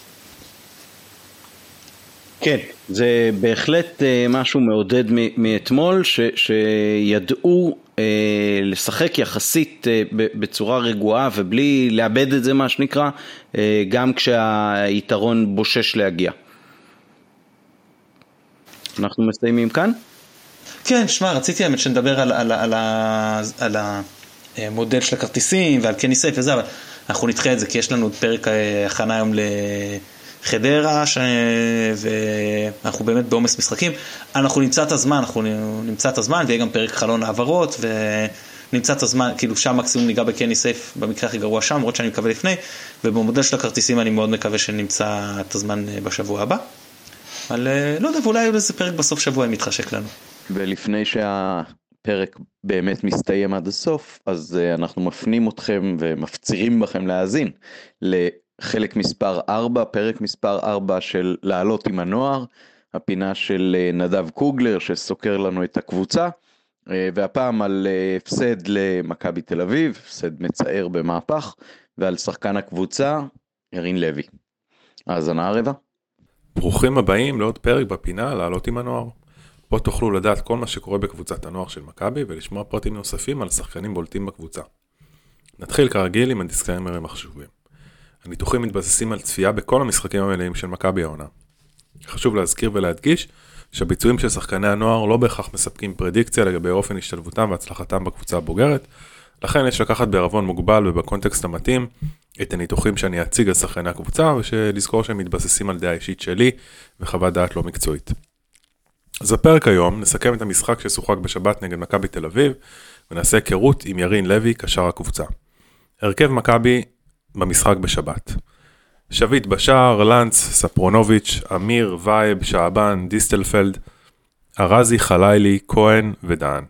כן, זה בהחלט משהו מעודד מאתמול, ש, שידעו לשחק יחסית בצורה רגועה ובלי לאבד את זה מה שנקרא, גם כשהיתרון בושש להגיע. אנחנו מסיימים כאן? כן, שמע, רציתי האמת שנדבר על, על, על, על המודל של הכרטיסים ועל קני סייף וזה, אבל אנחנו נדחה את זה כי יש לנו פרק הכנה היום לחדרה ש... ואנחנו באמת בעומס משחקים. אנחנו נמצא את הזמן, אנחנו נמצא את הזמן ויהיה גם פרק חלון העברות ונמצא את הזמן, כאילו שם מקסימום ניגע בקני סייף במקרה הכי גרוע שם, למרות שאני מקווה לפני, ובמודל של הכרטיסים אני מאוד מקווה שנמצא את הזמן בשבוע הבא. אבל לא יודע, ואולי יהיה איזה פרק בסוף שבוע אם יתחשק לנו. ולפני שהפרק באמת מסתיים עד הסוף, אז אנחנו מפנים אתכם ומפצירים בכם להאזין לחלק מספר ארבע, פרק מספר ארבע של לעלות עם הנוער, הפינה של נדב קוגלר שסוקר לנו את הקבוצה, והפעם על הפסד למכבי תל אביב, הפסד מצער במהפך, ועל שחקן הקבוצה, ירין לוי. האזנה הרבה. ברוכים הבאים לעוד פרק בפינה, לעלות עם הנוער. פה תוכלו לדעת כל מה שקורה בקבוצת הנוער של מכבי, ולשמוע פרטים נוספים על שחקנים בולטים בקבוצה. נתחיל כרגיל עם הדיסקליימרים החשובים. הניתוחים מתבססים על צפייה בכל המשחקים המלאים של מכבי העונה. חשוב להזכיר ולהדגיש שהביצועים של שחקני הנוער לא בהכרח מספקים פרדיקציה לגבי אופן השתלבותם והצלחתם בקבוצה הבוגרת, לכן יש לקחת בערבון מוגבל ובקונטקסט המתאים את הניתוחים שאני אציג על שחקני הקבוצה, ושלזכור שהם מתבססים על דעה אישית שלי וחוות דעת לא מקצועית. אז בפרק היום נסכם את המשחק ששוחק בשבת נגד מכבי תל אביב, ונעשה היכרות עם ירין לוי, קשר הקבוצה. הרכב מכבי במשחק בשבת. שביט בשער, לנץ, ספרונוביץ', אמיר, וייב, שעבן, דיסטלפלד, ארזי, חלילי, כהן ודהן.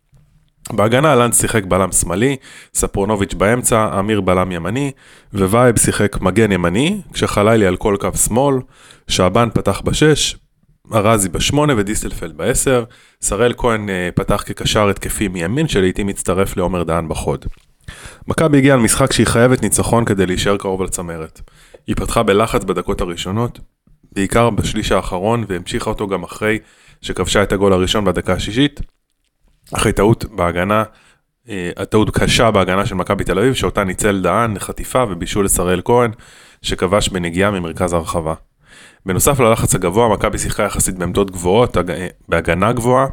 בהגנה לנץ שיחק בלם שמאלי, ספרונוביץ' באמצע, אמיר בלם ימני, ווייב שיחק מגן ימני, כשחלילי על כל קו שמאל, שעבן פתח בשש, ארזי בשמונה ודיסטלפלד בעשר, שראל כהן פתח כקשר התקפי מימין שלעיתים מצטרף לעומר דהן בחוד. מכבי הגיעה על משחק שהיא חייבת ניצחון כדי להישאר קרוב לצמרת. היא פתחה בלחץ בדקות הראשונות, בעיקר בשליש האחרון, והמשיכה אותו גם אחרי שכבשה את הגול הראשון בדקה השישית, אחרי טעות בהגנה, הטעות קשה בהגנה של מכבי תל אביב, שאותה ניצל דהן לחטיפה ובישול לשראל כהן, שכבש בנגיעה ממרכז הרחבה. בנוסף ללחץ הגבוה, מכבי שיחקה יחסית בעמדות גבוהות, בהגנה גבוהה,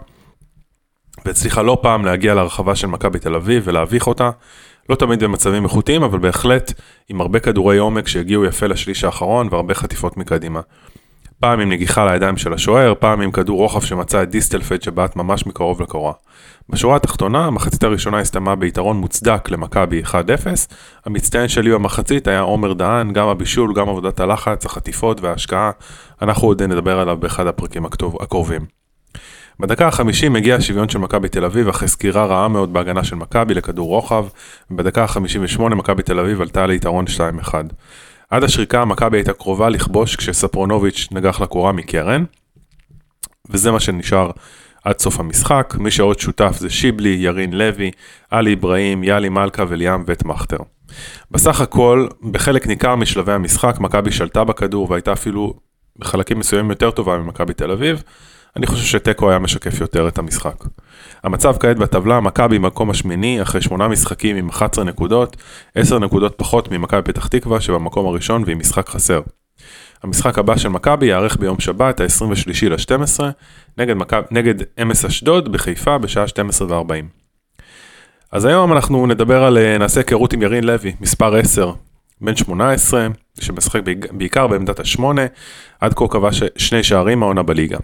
והצליחה לא פעם להגיע לרחבה של מכבי תל אביב ולהביך אותה, לא תמיד במצבים איכותיים, אבל בהחלט עם הרבה כדורי עומק שהגיעו יפה לשליש האחרון והרבה חטיפות מקדימה. פעם עם נגיחה לידיים של השוער, פעם עם כדור רוחב שמצא את דיסטלפלד שבעט ממש מקרוב לקורה. בשורה התחתונה, המחצית הראשונה הסתיימה ביתרון מוצדק למכבי אחד אפס, המצטיין שלי במחצית היה עומר דהן, גם הבישול, גם עבודת הלחץ, החטיפות וההשקעה, אנחנו עוד נדבר עליו באחד הפרקים הקרובים. בדקה ה-חמישים הגיע השוויון של מכבי תל אביב אחרי סגירה רעה מאוד בהגנה של מכבי לכדור רוחב, ובדקה ה-חמישים ושמונה מכבי תל אביב עלתה ליתרון שתיים אחד. עד השריקה מכבי הייתה קרובה לכבוש כשספרונוביץ' נגח לקורה מקרן, וזה מה שנשאר עד סוף המשחק. מי שעוד שותף זה שיבלי, ירין לוי, אלי אברהים, יאלי מלכה וליאם וטמחטר. בסך הכל, בחלק ניכר משלבי המשחק, מכבי שלטה בכדור והייתה אפילו בחלקים מסוימים יותר טובה ממכבי תל אביב. אני חושב שטקו היה משקף יותר את המשחק. המצב כעת בטבלה, מכבי מקום השמיני, אחרי שמונה משחקים עם אחת עשרה נקודות, עשר נקודות פחות ממכבי פתח תקווה שבמקום הראשון ועם משחק חסר. המשחק הבא של מכבי יערך ביום שבת, ה-עשרים ושלושה לשתים עשרה, נגד, מכב... נגד אמס אשדוד בחיפה בשעה שתים עשרה וארבעים. אז היום אנחנו נדבר על, נעשה היכרות עם ירין לוי, מספר עשר, בן שמונה עשרה, שמשחק בעיקר בעמדת השמונה, עד כה כבש שני שערים העונה בליגה.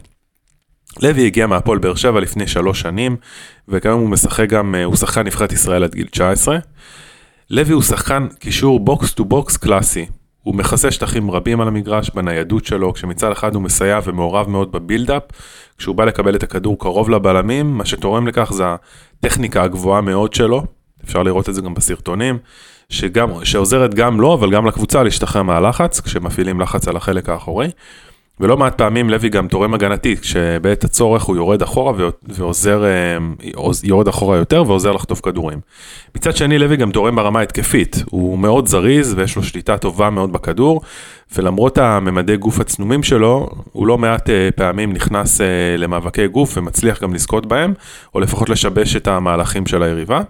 לוי הגיע מהפועל באר שבע לפני שלוש שנים, וכיום הוא משחק גם, הוא שחקן נבחרת ישראל עד גיל תשע עשרה. לוי הוא שחקן קישור בוקס טו בוקס קלאסי. הוא מכסה שטחים רבים על המגרש בניידות שלו, כשמצד אחד הוא מסייע ומעורב מאוד בבילדאפ, כשהוא בא לקבל את הכדור קרוב לבלמים, מה שתורם לכך זה הטכניקה הגבוהה מאוד שלו, אפשר לראות את זה גם בסרטונים, שגם, שעוזרת גם לו, אבל גם לקבוצה להשתחרר מהלחץ, כשמפעילים לחץ על החלק האחורי. ולא מעט פעמים לוי גם תורם הגנתי, כשבעת הצורך הוא יורד אחורה ועוזר, יורד אחורה יותר ועוזר לחטוף כדורים. מצד שני לוי גם תורם ברמה התקפית, הוא מאוד זריז ויש לו שליטה טובה מאוד בכדור, ולמרות הממדי גוף הצנומים שלו, הוא לא מעט פעמים נכנס למאבקי גוף ומצליח גם לזכות בהם, או לפחות לשבש את המהלכים של היריבה,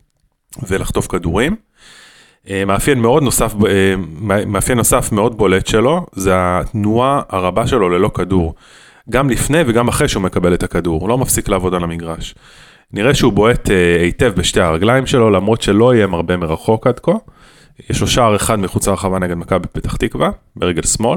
ולחטוף כדורים. מאפיין מאוד נוסף, מאפיין נוסף מאוד בולט שלו, זה התנועה הרבה שלו ללא כדור. גם לפני וגם אחרי שהוא מקבל את הכדור, הוא לא מפסיק לעבוד על המגרש. נראה שהוא בועט היטב בשתי הרגליים שלו, למרות שלא יהיה מרבה מרחוק עד כה. יש לו שער אחד מחוץ לרחבה נגד מכבי פתח תקווה, ברגל שמאל.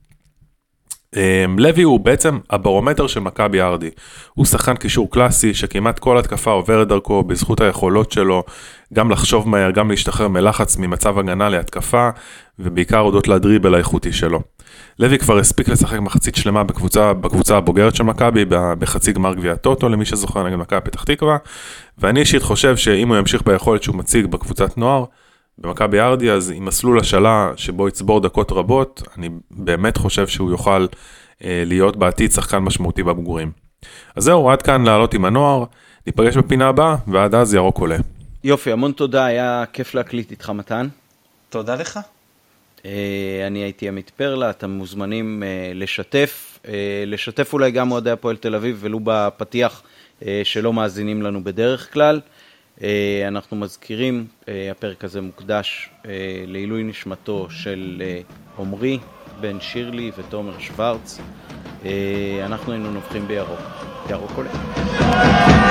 לוי הוא בעצם הברומטר של מכבי ארדי. הוא שחקן קישור קלאסי שכמעט כל התקפה עוברת דרכו בזכות היכולות שלו, גם לחשוב מהר, גם להשתחרר מלחץ ממצב הגנה להתקפה, ובעיקר הודות לדריבל האיכותי שלו. לוי כבר הספיק לשחק מחצית שלמה בקבוצה, בקבוצה הבוגרת של מכבי, בחצי גמר גביע הטוטו, למי שזוכר נגד מכבי פתח תקווה, ואני אישית חושב שאם הוא ימשיך ביכולת שהוא מציג בקבוצת נוער, במכבי ארדי, אז עם מסלול השאלה שבו יצבור דקות רבות, אני באמת חושב שהוא יוכל אה, להיות בעתיד שחקן משמעותי בבוגרים. אז זהו, עד כאן לעלות עם הנוער, ניפגש בפינה הבאה, ועד אז ירוק עולה. יופי, המון תודה, היה כיף להקליט איתך מתן. תודה לך. אני הייתי עמית פרלה, אתם מוזמנים לשתף, לשתף אולי גם אוהדי הפועל תל אביב, ולו בפתיח שלא מאזינים לנו בדרך כלל. אנחנו מזכירים, הפרק הזה מוקדש לעילוי נשמתו של עומרי, בן שירלי ותומר שוורץ. אנחנו היינו נובחים בירוק. ירוק עולה.